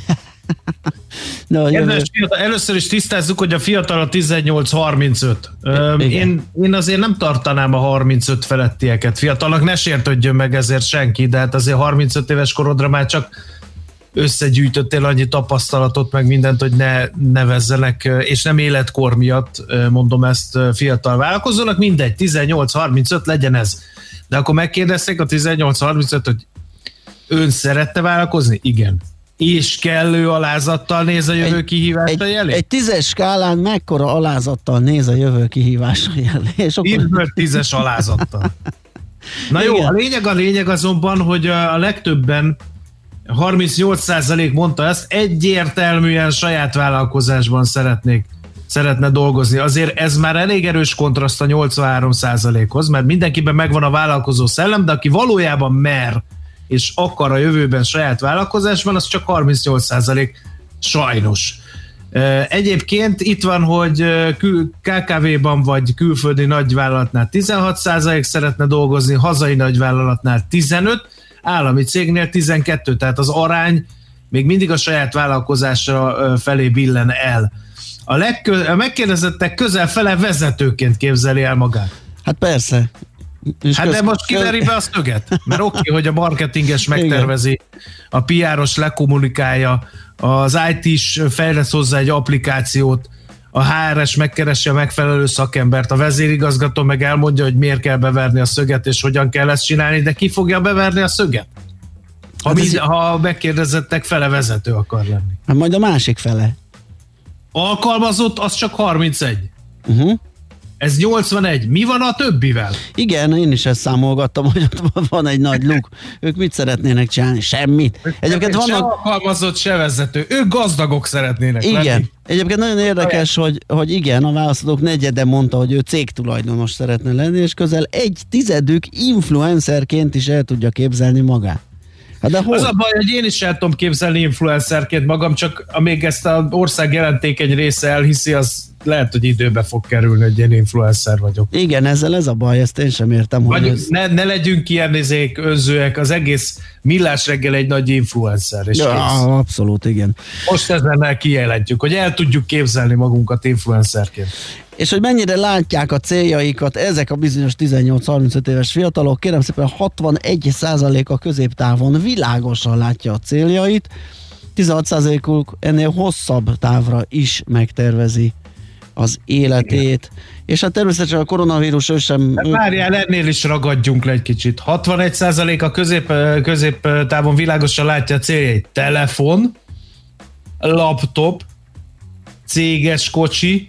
No, Kedves fiatal, először is tisztázzuk, hogy a fiatal a tizennyolc harmincöt. Én, én azért nem tartanám a harmincöt felettieket fiatalnak, ne sértődjön meg ezért senki, de hát azért harmincöt éves korodra már csak összegyűjtöttél annyi tapasztalatot, meg mindent, hogy ne nevezzenek, és nem életkor miatt mondom ezt fiatal vállalkozónak, mindegy, tizennyolc harmincöt legyen ez. De akkor megkérdezték a tizennyolc harmincöt, hogy ön szerette vállalkozni? Igen. És kellő alázattal néz a jövő egy, kihívásai elé? Egy, egy tízes skálán mekkora alázattal néz a jövő kihívásai elé? Akkor... tízes alázattal. Na igen. Jó, a lényeg a lényeg azonban, hogy a legtöbben harmincnyolc százalék mondta ezt, egyértelműen saját vállalkozásban szeretnék, szeretne dolgozni. Azért ez már elég erős kontraszt a nyolcvanhárom százalékhoz, mert mindenkiben megvan a vállalkozó szellem, de aki valójában mer és akar a jövőben saját vállalkozásban, az csak harmincnyolc százalék sajnos. Egyébként itt van, hogy ká ká vé-ban vagy külföldi nagyvállalatnál tizenhat százalék szeretne dolgozni, hazai nagyvállalatnál tizenöt, állami cégnél tizenkettő, tehát az arány még mindig a saját vállalkozásra felé billen el. A, legkö- a megkérdezettek közel fele vezetőként képzeli el magát. Hát persze. És hát köz- de most kiveri be a szöget, mert oké, okay, hogy a marketinges megtervezi, a pé er-os lekommunikálja, az i té-s fejlesz hozzá egy applikációt, a há er es megkeresi a megfelelő szakembert, a vezérigazgató meg elmondja, hogy miért kell beverni a szöget, és hogyan kell ezt csinálni, de ki fogja beverni a szöget? Ha, hát mind, ha megkérdezettek, fele vezető akar lenni. Hát majd a másik fele. Alkalmazott, az csak harmincegy. Uh-huh. Ez nyolcvanegy. Mi van a többivel? Igen, én is ezt számolgattam, hogy ott van egy nagy luk. Ők mit szeretnének csinálni? Semmit. Egyébként vannak... Se alkalmazott, se vezető. Ők gazdagok szeretnének igen. lenni. Egyébként nagyon érdekes, hogy, hogy igen, a választók negyede mondta, hogy ő cégtulajdonos szeretne lenni, és közel egy tizedük influencerként is el tudja képzelni magát. Hát de az a baj, hogy én is el tudom képzelni influencerként magam, csak amíg ezt az ország jelentékeny része elhiszi, az lehet, hogy időbe fog kerülni, hogy én influencer vagyok. Igen, ezzel ez a baj, ezt én sem értem. Vagy ez... ne, ne legyünk ilyen nézék, önzőek, az egész Millás reggel egy nagy influencer. És ja, abszolút, igen. Most ezzel kijelentjük, hogy el tudjuk képzelni magunkat influencerként. És hogy mennyire látják a céljaikat ezek a bizonyos tizennyolc-harmincöt éves fiatalok, kérem szépen hatvanegy százalék a középtávon világosan látja a céljait, tizenhat százalékuk ennél hosszabb távra is megtervezi az életét. Igen. És hát természetesen a koronavírus ő sem... Várjál, ennél is ragadjunk le egy kicsit. hatvanegy százalék a közép, középtávon világosan látja a céljait. Telefon, laptop, céges kocsi,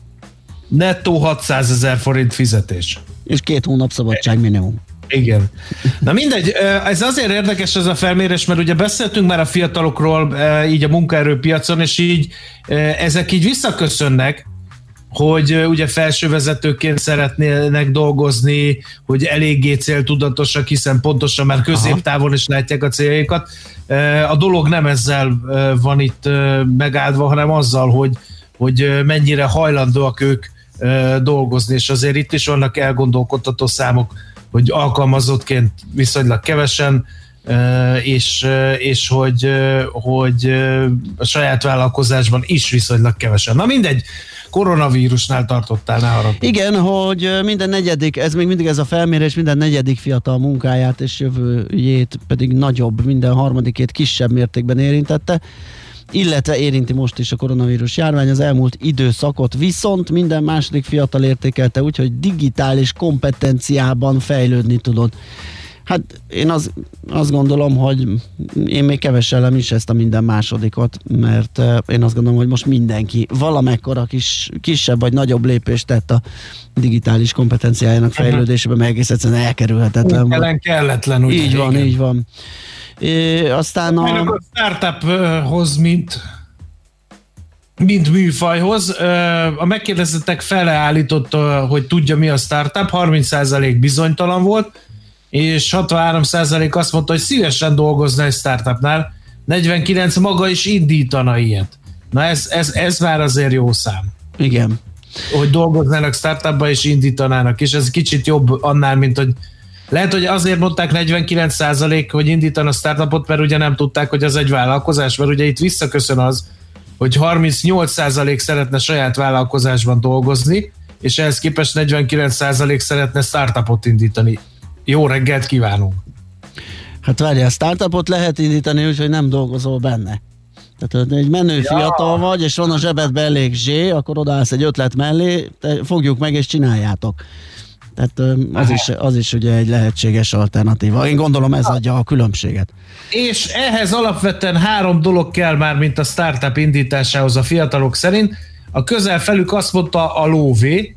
nettó hatszázezer forint fizetés. És két hónap szabadság minimum. Igen. Na mindegy, ez azért érdekes ez a felmérés, mert ugye beszéltünk már a fiatalokról így a munkaerőpiacon, és így ezek így visszaköszönnek, hogy ugye felsővezetőként szeretnének dolgozni, hogy eléggé céltudatosak, hiszen pontosan már középtávon is látják a céljaikat. A dolog nem ezzel van itt megáldva, hanem azzal, hogy, hogy mennyire hajlandóak ők dolgozni, és azért itt is vannak elgondolkodtató számok, hogy alkalmazottként viszonylag kevesen, és, és hogy, hogy a saját vállalkozásban is viszonylag kevesen. Na mindegy, koronavírusnál tartottál, ne haragudj. Igen, hogy minden negyedik, ez még mindig ez a felmérés, minden negyedik fiatal munkáját és jövőjét pedig nagyobb, minden harmadikét kisebb mértékben érintette, illetve érinti most is a koronavírus járvány az elmúlt időszakot, viszont minden második fiatal értékelte úgy, hogy digitális kompetenciában fejlődni tudod. Hát én az, azt gondolom, hogy én még keveselem is ezt a minden másodikot, mert én azt gondolom, hogy most mindenki valamekkora kis, kisebb vagy nagyobb lépést tett a digitális kompetenciájának fejlődésében, mert egész egyszerűen elkerülhetetlen. Ellen kelletlen, ugye? Így van, igen. Így van. É, aztán a... a startuphoz, mint, mint műfajhoz. A megkérdezettek fele állította, hogy tudja, mi a startup, harminc százalék bizonytalan volt, és hatvanhárom százalék azt mondta, hogy szívesen dolgozna egy startupnál, negyvenkilenc maga is indítana ilyet. Na ez, ez, ez már azért jó szám. Igen. Hogy dolgoznának startupba és indítanának, és ez kicsit jobb annál, mint hogy lehet, hogy azért mondták negyvenkilenc százalék, hogy indítana a startupot, mert ugye nem tudták, hogy az egy vállalkozás, mert ugye itt visszaköszön az, hogy harmincnyolc százalék szeretne saját vállalkozásban dolgozni, és ehhez képest negyvenkilenc százalék szeretne startupot indítani. Jó reggelt kívánunk! Hát várjál, startupot lehet indítani, úgyhogy nem dolgozol benne. Tehát egy menő ja. fiatal vagy, és van a zsebedben elég zsé, akkor odaállsz egy ötlet mellé, fogjuk meg és csináljátok. Tehát az is, az is ugye egy lehetséges alternatíva. Én gondolom ez adja a különbséget. És ehhez alapvetően három dolog kell már, mint a startup indításához a fiatalok szerint. A közelfelük azt mondta a lóvé,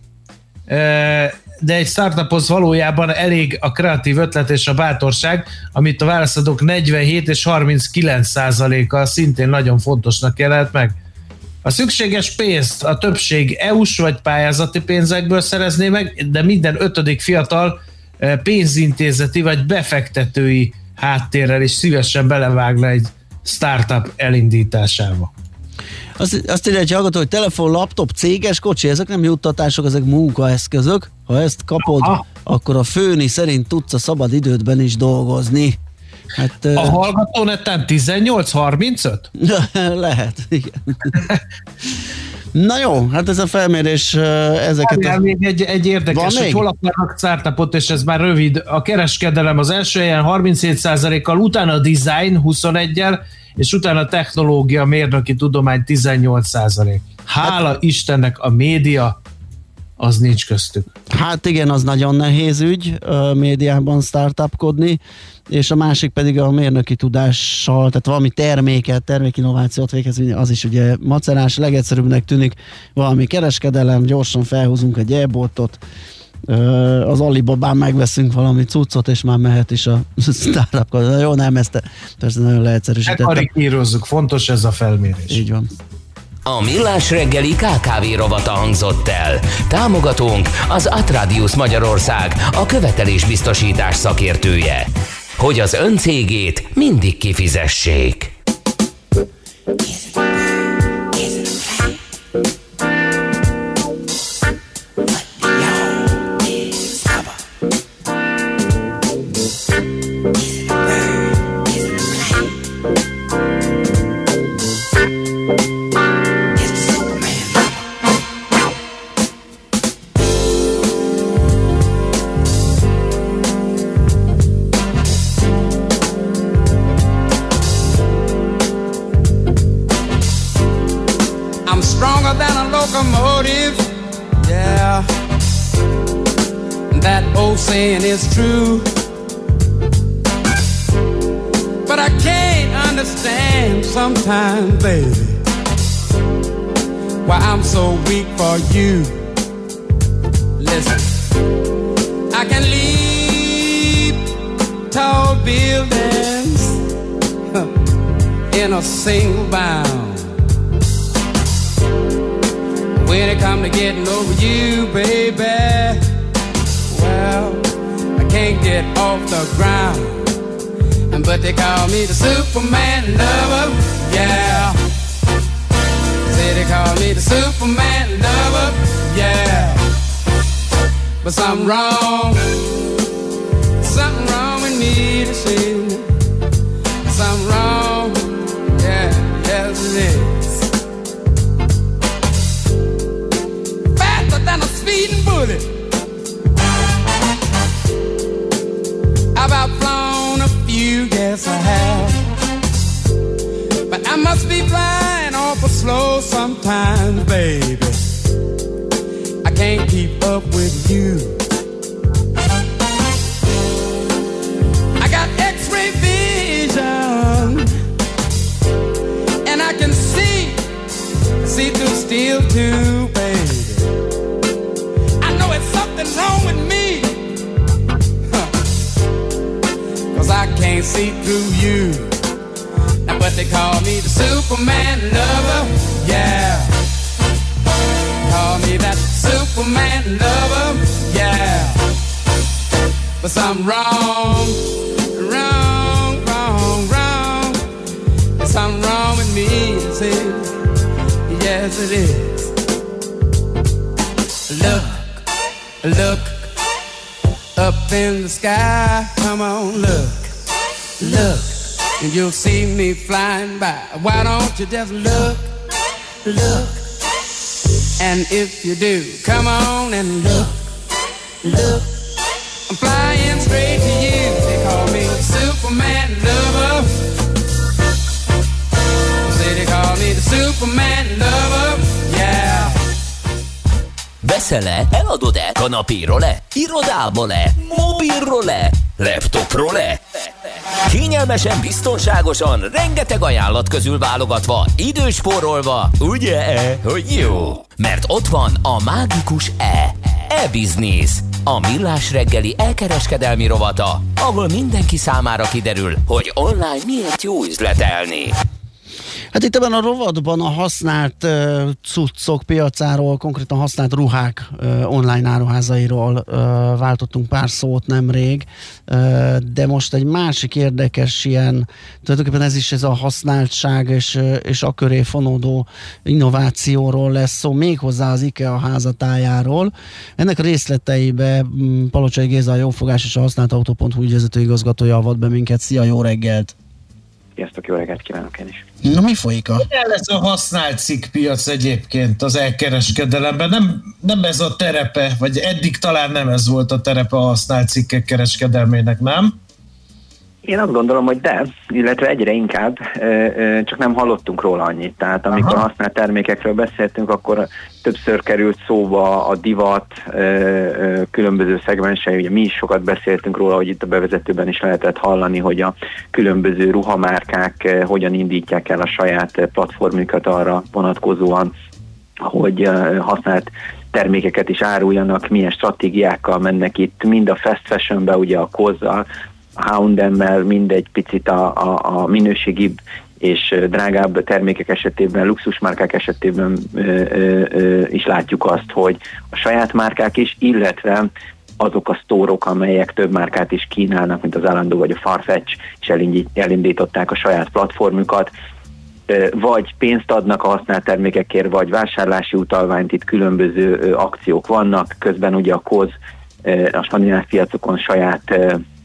de egy startuphoz valójában elég a kreatív ötlet és a bátorság, amit a válaszadók negyvenhét és harminckilenc százaléka szintén nagyon fontosnak jelent meg. A szükséges pénzt a többség é u-s vagy pályázati pénzekből szerezné meg, de minden ötödik fiatal pénzintézeti vagy befektetői háttérrel is szívesen belevágna egy startup elindításába. Azt, azt írja egy hallgató, hogy telefon, laptop, céges kocsi, ezek nem juttatások, ezek munkaeszközök. Ha ezt kapod, aha, akkor a főni szerint tudsz a szabad idődben is dolgozni. Hát, a uh, hallgató neten tizennyolc harmincöt? Lehet, igen. Na jó, hát ez a felmérés ezeket... A... még egy, egy érdekes, hogy hol akarnak startupot, és ez már rövid. A kereskedelem az első helyen harminchét százalékkal, utána a design huszonegyel, és utána a technológia, mérnöki tudomány tizennyolc százalék. Hála hát, Istennek a média az nincs köztük. Hát igen, az nagyon nehéz ügy a médiában startupkodni, és a másik pedig a mérnöki tudással, tehát valami terméket, termékinnovációt végezni, az is ugye macerás, legegyszerűbbnek tűnik valami kereskedelem, gyorsan felhúzunk egy e-botot, az Alibabán megveszünk valami cuccot, és már mehet is a startup. Jó, nem, ezt persze nagyon leegyszerűsítettem. Karikírozzuk, fontos ez a felmérés. Így van. A Millás reggeli ká ká vé rovata hangzott el. Támogatónk az Atradius Magyarország, a követelésbiztosítás szakértője. Hogy az ön cégét mindig kifizessék. Yeah, that old saying is true, but I can't understand sometimes, baby, why I'm so weak for you. Listen, I can leap tall buildings in a single bound. When it come to getting over you, baby, well, I can't get off the ground. But they call me the Superman lover, yeah. Say they call me the Superman lover, yeah. But something wrong, something wrong with me to see. Something wrong, yeah, yes it is. Than a speeding bullet, I've outflown a few, yes I have. But I must be flying awful slow sometimes, baby. I can't keep up with you. I got X-ray vision, and I can see, see through steel too, baby. Something wrong with me, huh. Cause I can't see through you. Now but they call me the Superman lover, yeah. Call me that Superman lover, yeah. But something wrong, wrong, wrong, wrong. There's something wrong with me, see. Yes it is. Look, look up in the sky, come on, look, look, and you'll see me flying by. Why don't you just look, look, and if you do, come on and look, look, I'm flying straight to you. They call me Superman lover. Say they call me the Superman lover, yeah. Veszel-e? Eladod-e? Kanapéról-e? Irodából-e? Mobilról-e? Laptopról-e? Kényelmesen, biztonságosan, rengeteg ajánlat közül válogatva, időspórolva, ugye-e, hogy jó? Mert ott van a mágikus E. E-Business. A Millás reggeli elkereskedelmi rovata, ahol mindenki számára kiderül, hogy online miért jó üzletelni. Hát itt ebben a rovatban a használt uh, cuccok piacáról, konkrétan használt ruhák uh, online áruházairól uh, váltottunk pár szót nemrég, uh, de most egy másik érdekes ilyen, tulajdonképpen ez is ez a használtság és, uh, és a köré fonódó innovációról lesz szó, méghozzá az IKEA házatájáról. Ennek a részleteibe um, Palocsai Géza, a Jófogás és a használtautó pont hu ügyvezető igazgatója avat be minket. Szia, jó reggelt! Sziasztok, jó reggelt kívánok én is. Na, mi folyik a... Milyen lesz a használt cikkpiac egyébként az elkereskedelemben? Nem, nem ez a terepe, vagy eddig talán nem ez volt a terepe a használt cikkek kereskedelmének, nem? Én azt gondolom, hogy de, illetve egyre inkább, csak nem hallottunk róla annyit. Tehát amikor Aha. használt termékekről beszéltünk, akkor többször került szóba a divat különböző szegmensei. Ugye mi is sokat beszéltünk róla, hogy itt a bevezetőben is lehetett hallani, hogy a különböző ruhamárkák hogyan indítják el a saját platformjukat arra vonatkozóan, hogy használt termékeket is áruljanak, milyen stratégiákkal mennek itt, mind a fast fashionbe, ugye a Kozzal, a há és em-mel, mindegy picit a, a, a minőségibb és drágább termékek esetében, luxusmárkák esetében ö, ö, ö, is látjuk azt, hogy a saját márkák is, illetve azok a sztórok, amelyek több márkát is kínálnak, mint az Zalando vagy a Farfetch, és elindították a saját platformukat, vagy pénzt adnak a használt termékekért, vagy vásárlási utalványt, itt különböző akciók vannak, közben ugye a Koz a skandináv piacokon saját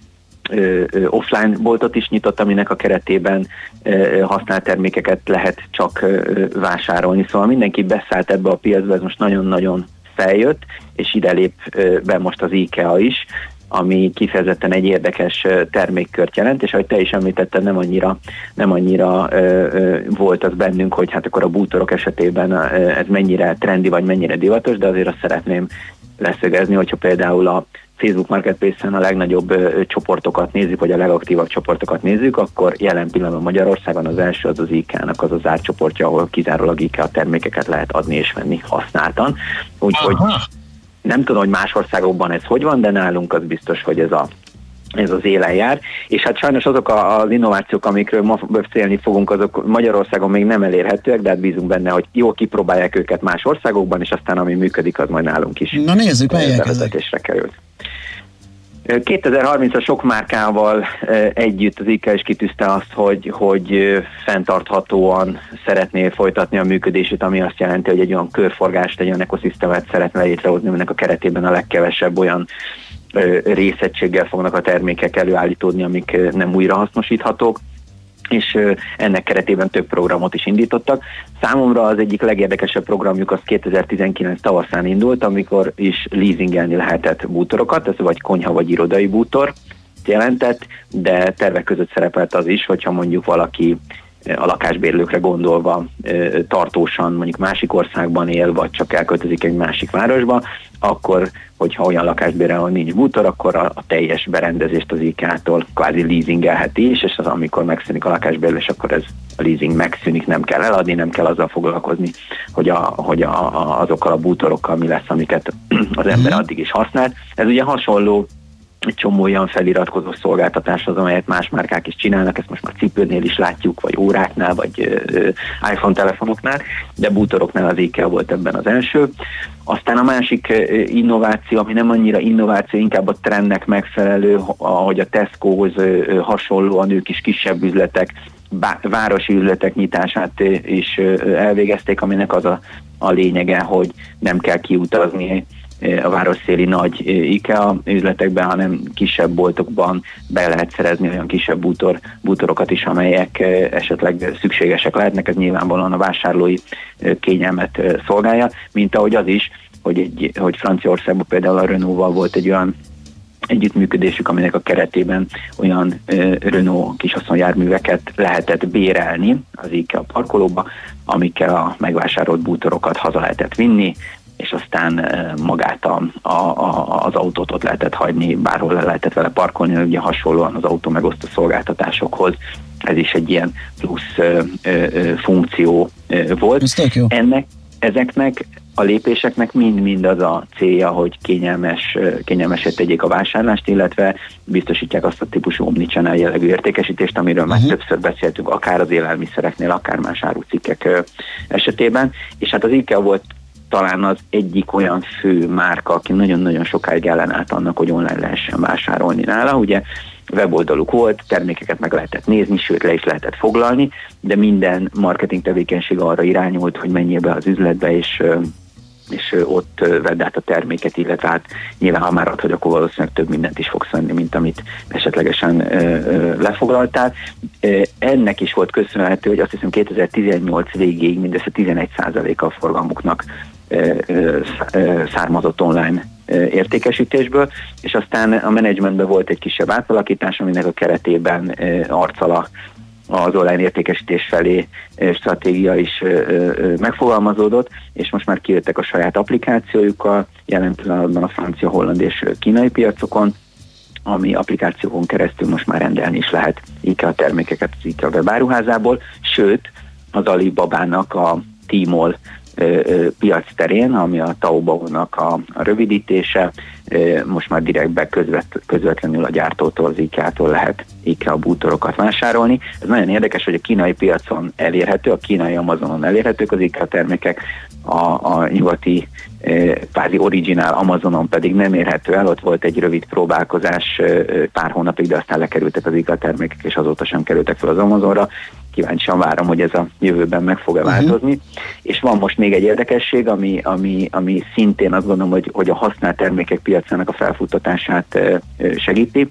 offline boltot is nyitott, aminek a keretében használt termékeket lehet csak vásárolni. Szóval mindenki beszállt ebbe a piacba, ez most nagyon-nagyon feljött, és ide lép be most az IKEA is, ami kifejezetten egy érdekes termékkört jelent, és ahogy te is említetted, nem annyira, nem annyira ö, ö, volt az bennünk, hogy hát akkor a bútorok esetében ö, ez mennyire trendi, vagy mennyire divatos, de azért azt szeretném leszögezni, hogyha például a Facebook Marketplace-en a legnagyobb ö, csoportokat nézzük, vagy a legaktívabb csoportokat nézzük, akkor jelen pillanatban Magyarországon az első az az IKEA-nak az az árcsoportja, ahol kizárólag IKEA termékeket lehet adni és venni használtan. Úgyhogy nem tudom, hogy más országokban ez hogy van, de nálunk az biztos, hogy ez, a, ez az élen jár. És hát sajnos azok a, az innovációk, amikről ma beszélni fogunk, azok Magyarországon még nem elérhetőek, de hát bízunk benne, hogy jól kipróbálják őket más országokban, és aztán ami működik, az majd nálunk is. Na nézzük, melyek ezek? Került. kétezer-harmincra sok márkával együtt az IKEA is kitűzte azt, hogy, hogy fenntarthatóan szeretné folytatni a működését, ami azt jelenti, hogy egy olyan körforgást, egy olyan ekoszisztémát szeretne létrehozni, aminek a keretében a legkevesebb olyan részegységgel fognak a termékek előállítódni, amik nem újrahasznosíthatók, és ennek keretében több programot is indítottak. Számomra az egyik legérdekesebb programjuk az kétezer-tizenkilenc tavaszán indult, amikor is leasingelni lehetett bútorokat, ez vagy konyha vagy irodai bútor jelentett, de tervek között szerepelt az is, hogyha mondjuk valaki a lakásbérlőkre gondolva tartósan mondjuk másik országban él, vagy csak elköltözik egy másik városba, akkor, hogyha olyan lakásbérre, ahol nincs bútor, akkor a, a teljes berendezést az IKEA-tól kvázi leasingelheti is, és az, amikor megszűnik a lakásbérlés, akkor ez a leasing megszűnik, nem kell eladni, nem kell azzal foglalkozni, hogy, a, hogy a, a, azokkal a bútorokkal mi lesz, amiket az ember addig is használt. Ez ugye hasonló egy csomó olyan feliratkozó szolgáltatáshoz, amelyet más márkák is csinálnak, ezt most már cipőnél is látjuk, vagy óráknál, vagy ö, iPhone telefonoknál, de bútoroknál az IKEA volt ebben az első. Aztán a másik ö, innováció, ami nem annyira innováció, inkább a trendnek megfelelő, ahogy a Tescohoz ö, hasonlóan ők is kisebb üzletek, bá, városi üzletek nyitását ö, is ö, elvégezték, aminek az a, a lényege, hogy nem kell kiutazni a városszéli nagy IKEA üzletekben, hanem kisebb boltokban be lehet szerezni olyan kisebb bútor, bútorokat is, amelyek esetleg szükségesek lehetnek, ez nyilvánvalóan a vásárlói kényelmet szolgálja, mint ahogy az is, hogy, egy, hogy Franciaországban például a Renault-val volt egy olyan együttműködésük, aminek a keretében olyan uh, Renault kishaszonjárműveket lehetett bérelni az IKEA parkolóba, amikkel a megvásárolt bútorokat haza lehetett vinni, és aztán magát a, a, a, az autót ott lehetett hagyni, bárhol le lehetett vele parkolni, ugye hasonlóan az autó megosztó szolgáltatásokhoz. Ez is egy ilyen plusz ö, ö, funkció ö, volt. Ennek, ezeknek a lépéseknek mind-mind az a célja, hogy kényelmes, kényelmeset tegyék a vásárlást, illetve biztosítják azt a típusú omnichannel jellegű értékesítést, amiről uh-huh. már többször beszéltünk, akár az élelmiszereknél, akár más árucikkek esetében. És hát az IKEA volt talán az egyik olyan fő márka, aki nagyon-nagyon sokáig ellenállt annak, hogy online lehessen vásárolni nála. Ugye weboldaluk volt, termékeket meg lehetett nézni, sőt le is lehetett foglalni, de minden marketing tevékenység arra irányult, hogy menjél be az üzletbe, és, és ott vedd át a terméket, illetve hát nyilván, ha már ott vagy, akkor valószínűleg több mindent is fogsz venni, mint amit esetlegesen lefoglaltál. Ennek is volt köszönhető, hogy azt hiszem kétezer-tizennyolc végéig mindössze tizenegy százaléka a forgalmuknak származott online értékesítésből, és aztán a menedzsmentben volt egy kisebb átalakítás, aminek a keretében arccal az online értékesítés felé stratégia is megfogalmazódott, és most már kijöttek a saját applikációjukkal, jelen pillanatban a francia, holland és kínai piacokon, ami applikációkon keresztül most már rendelni is lehet IKEA termékeket az IKEA webáruházából, sőt, az Alibabának a Tmall piac terén, ami a Taobao-nak a, a rövidítése, most már direktbe közvet, közvetlenül a gyártótól, az IKEA-tól lehet IKEA bútorokat vásárolni. Ez nagyon érdekes, hogy a kínai piacon elérhető, a kínai Amazonon elérhetők az IKEA termékek, a, a nyugati kvázi originál Amazonon pedig nem érhető el, ott volt egy rövid próbálkozás pár hónapig, de aztán lekerültek az IKEA termékek, és azóta sem kerültek fel az Amazonra. Kíváncsian várom, hogy ez a jövőben meg fog-e változni. Uh-huh. És van most még egy érdekesség, ami, ami, ami szintén azt gondolom, hogy, hogy a használt termékek piacának a felfuttatását segíti,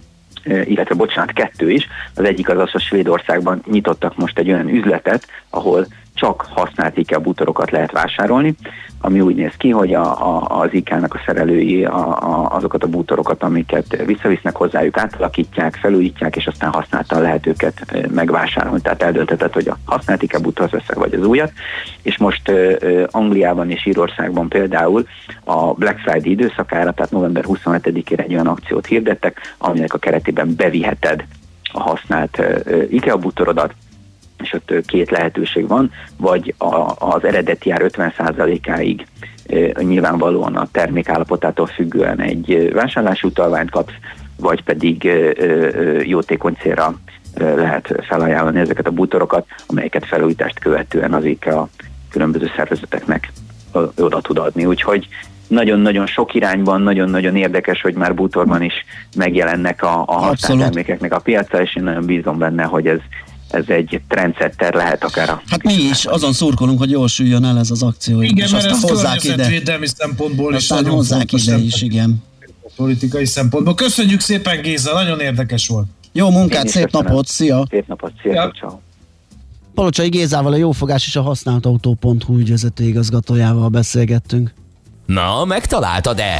illetve bocsánat, kettő is. Az egyik az az, hogy Svédországban nyitottak most egy olyan üzletet, ahol csak használt IKEA bútorokat lehet vásárolni, ami úgy néz ki, hogy a, a, az IKEA-nak a szerelői a, a, azokat a bútorokat, amiket visszavisznek hozzájuk, átalakítják, felújítják, és aztán használtan lehet őket megvásárolni. Tehát eldöntheted, hogy a használt IKEA bútort veszek, vagy az újat. És most uh, Angliában és Írországban például a Black Friday időszakára, tehát november huszonhetedikére egy olyan akciót hirdettek, aminek a keretében beviheted a használt uh, IKEA bútorodat, és ott két lehetőség van, vagy a, az eredeti ár ötven százalékáig e, nyilvánvalóan a termék állapotától függően egy vásárlási utalványt kapsz, vagy pedig e, e, jótékony célra e, lehet felajánlani ezeket a bútorokat, amelyeket felújítást követően az IKEA különböző szervezeteknek oda tud adni. Úgyhogy nagyon-nagyon sok irányban, nagyon-nagyon érdekes, hogy már bútorban is megjelennek a, a használt termékeknek a piaca, és én nagyon bízom benne, hogy ez ez egy trendsetter lehet akár a... Hát mi is azon szurkolunk, hogy jól süljön el ez az akció. Igen, és mert ez hozzák ide. Környezetvédelmi szempontból is nagyon hozzák ide is, igen. Politikai szempontból. Köszönjük szépen, Géza, nagyon érdekes volt. Jó munkát, szép köszönöm. Napot, szia! Szép napot, sziasztok, ja. Ciao. Palocsai Gézával, a Jófogás és a használtautó pont hu ügyvezető igazgatójával beszélgettünk. Na, megtaláltad-e?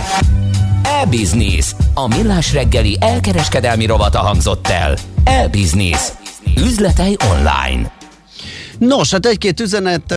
E-Business, a millás reggeli elkereskedelmi rovata hangzott el. E-Business. Üzletei online. Nos, hát egy-két üzenet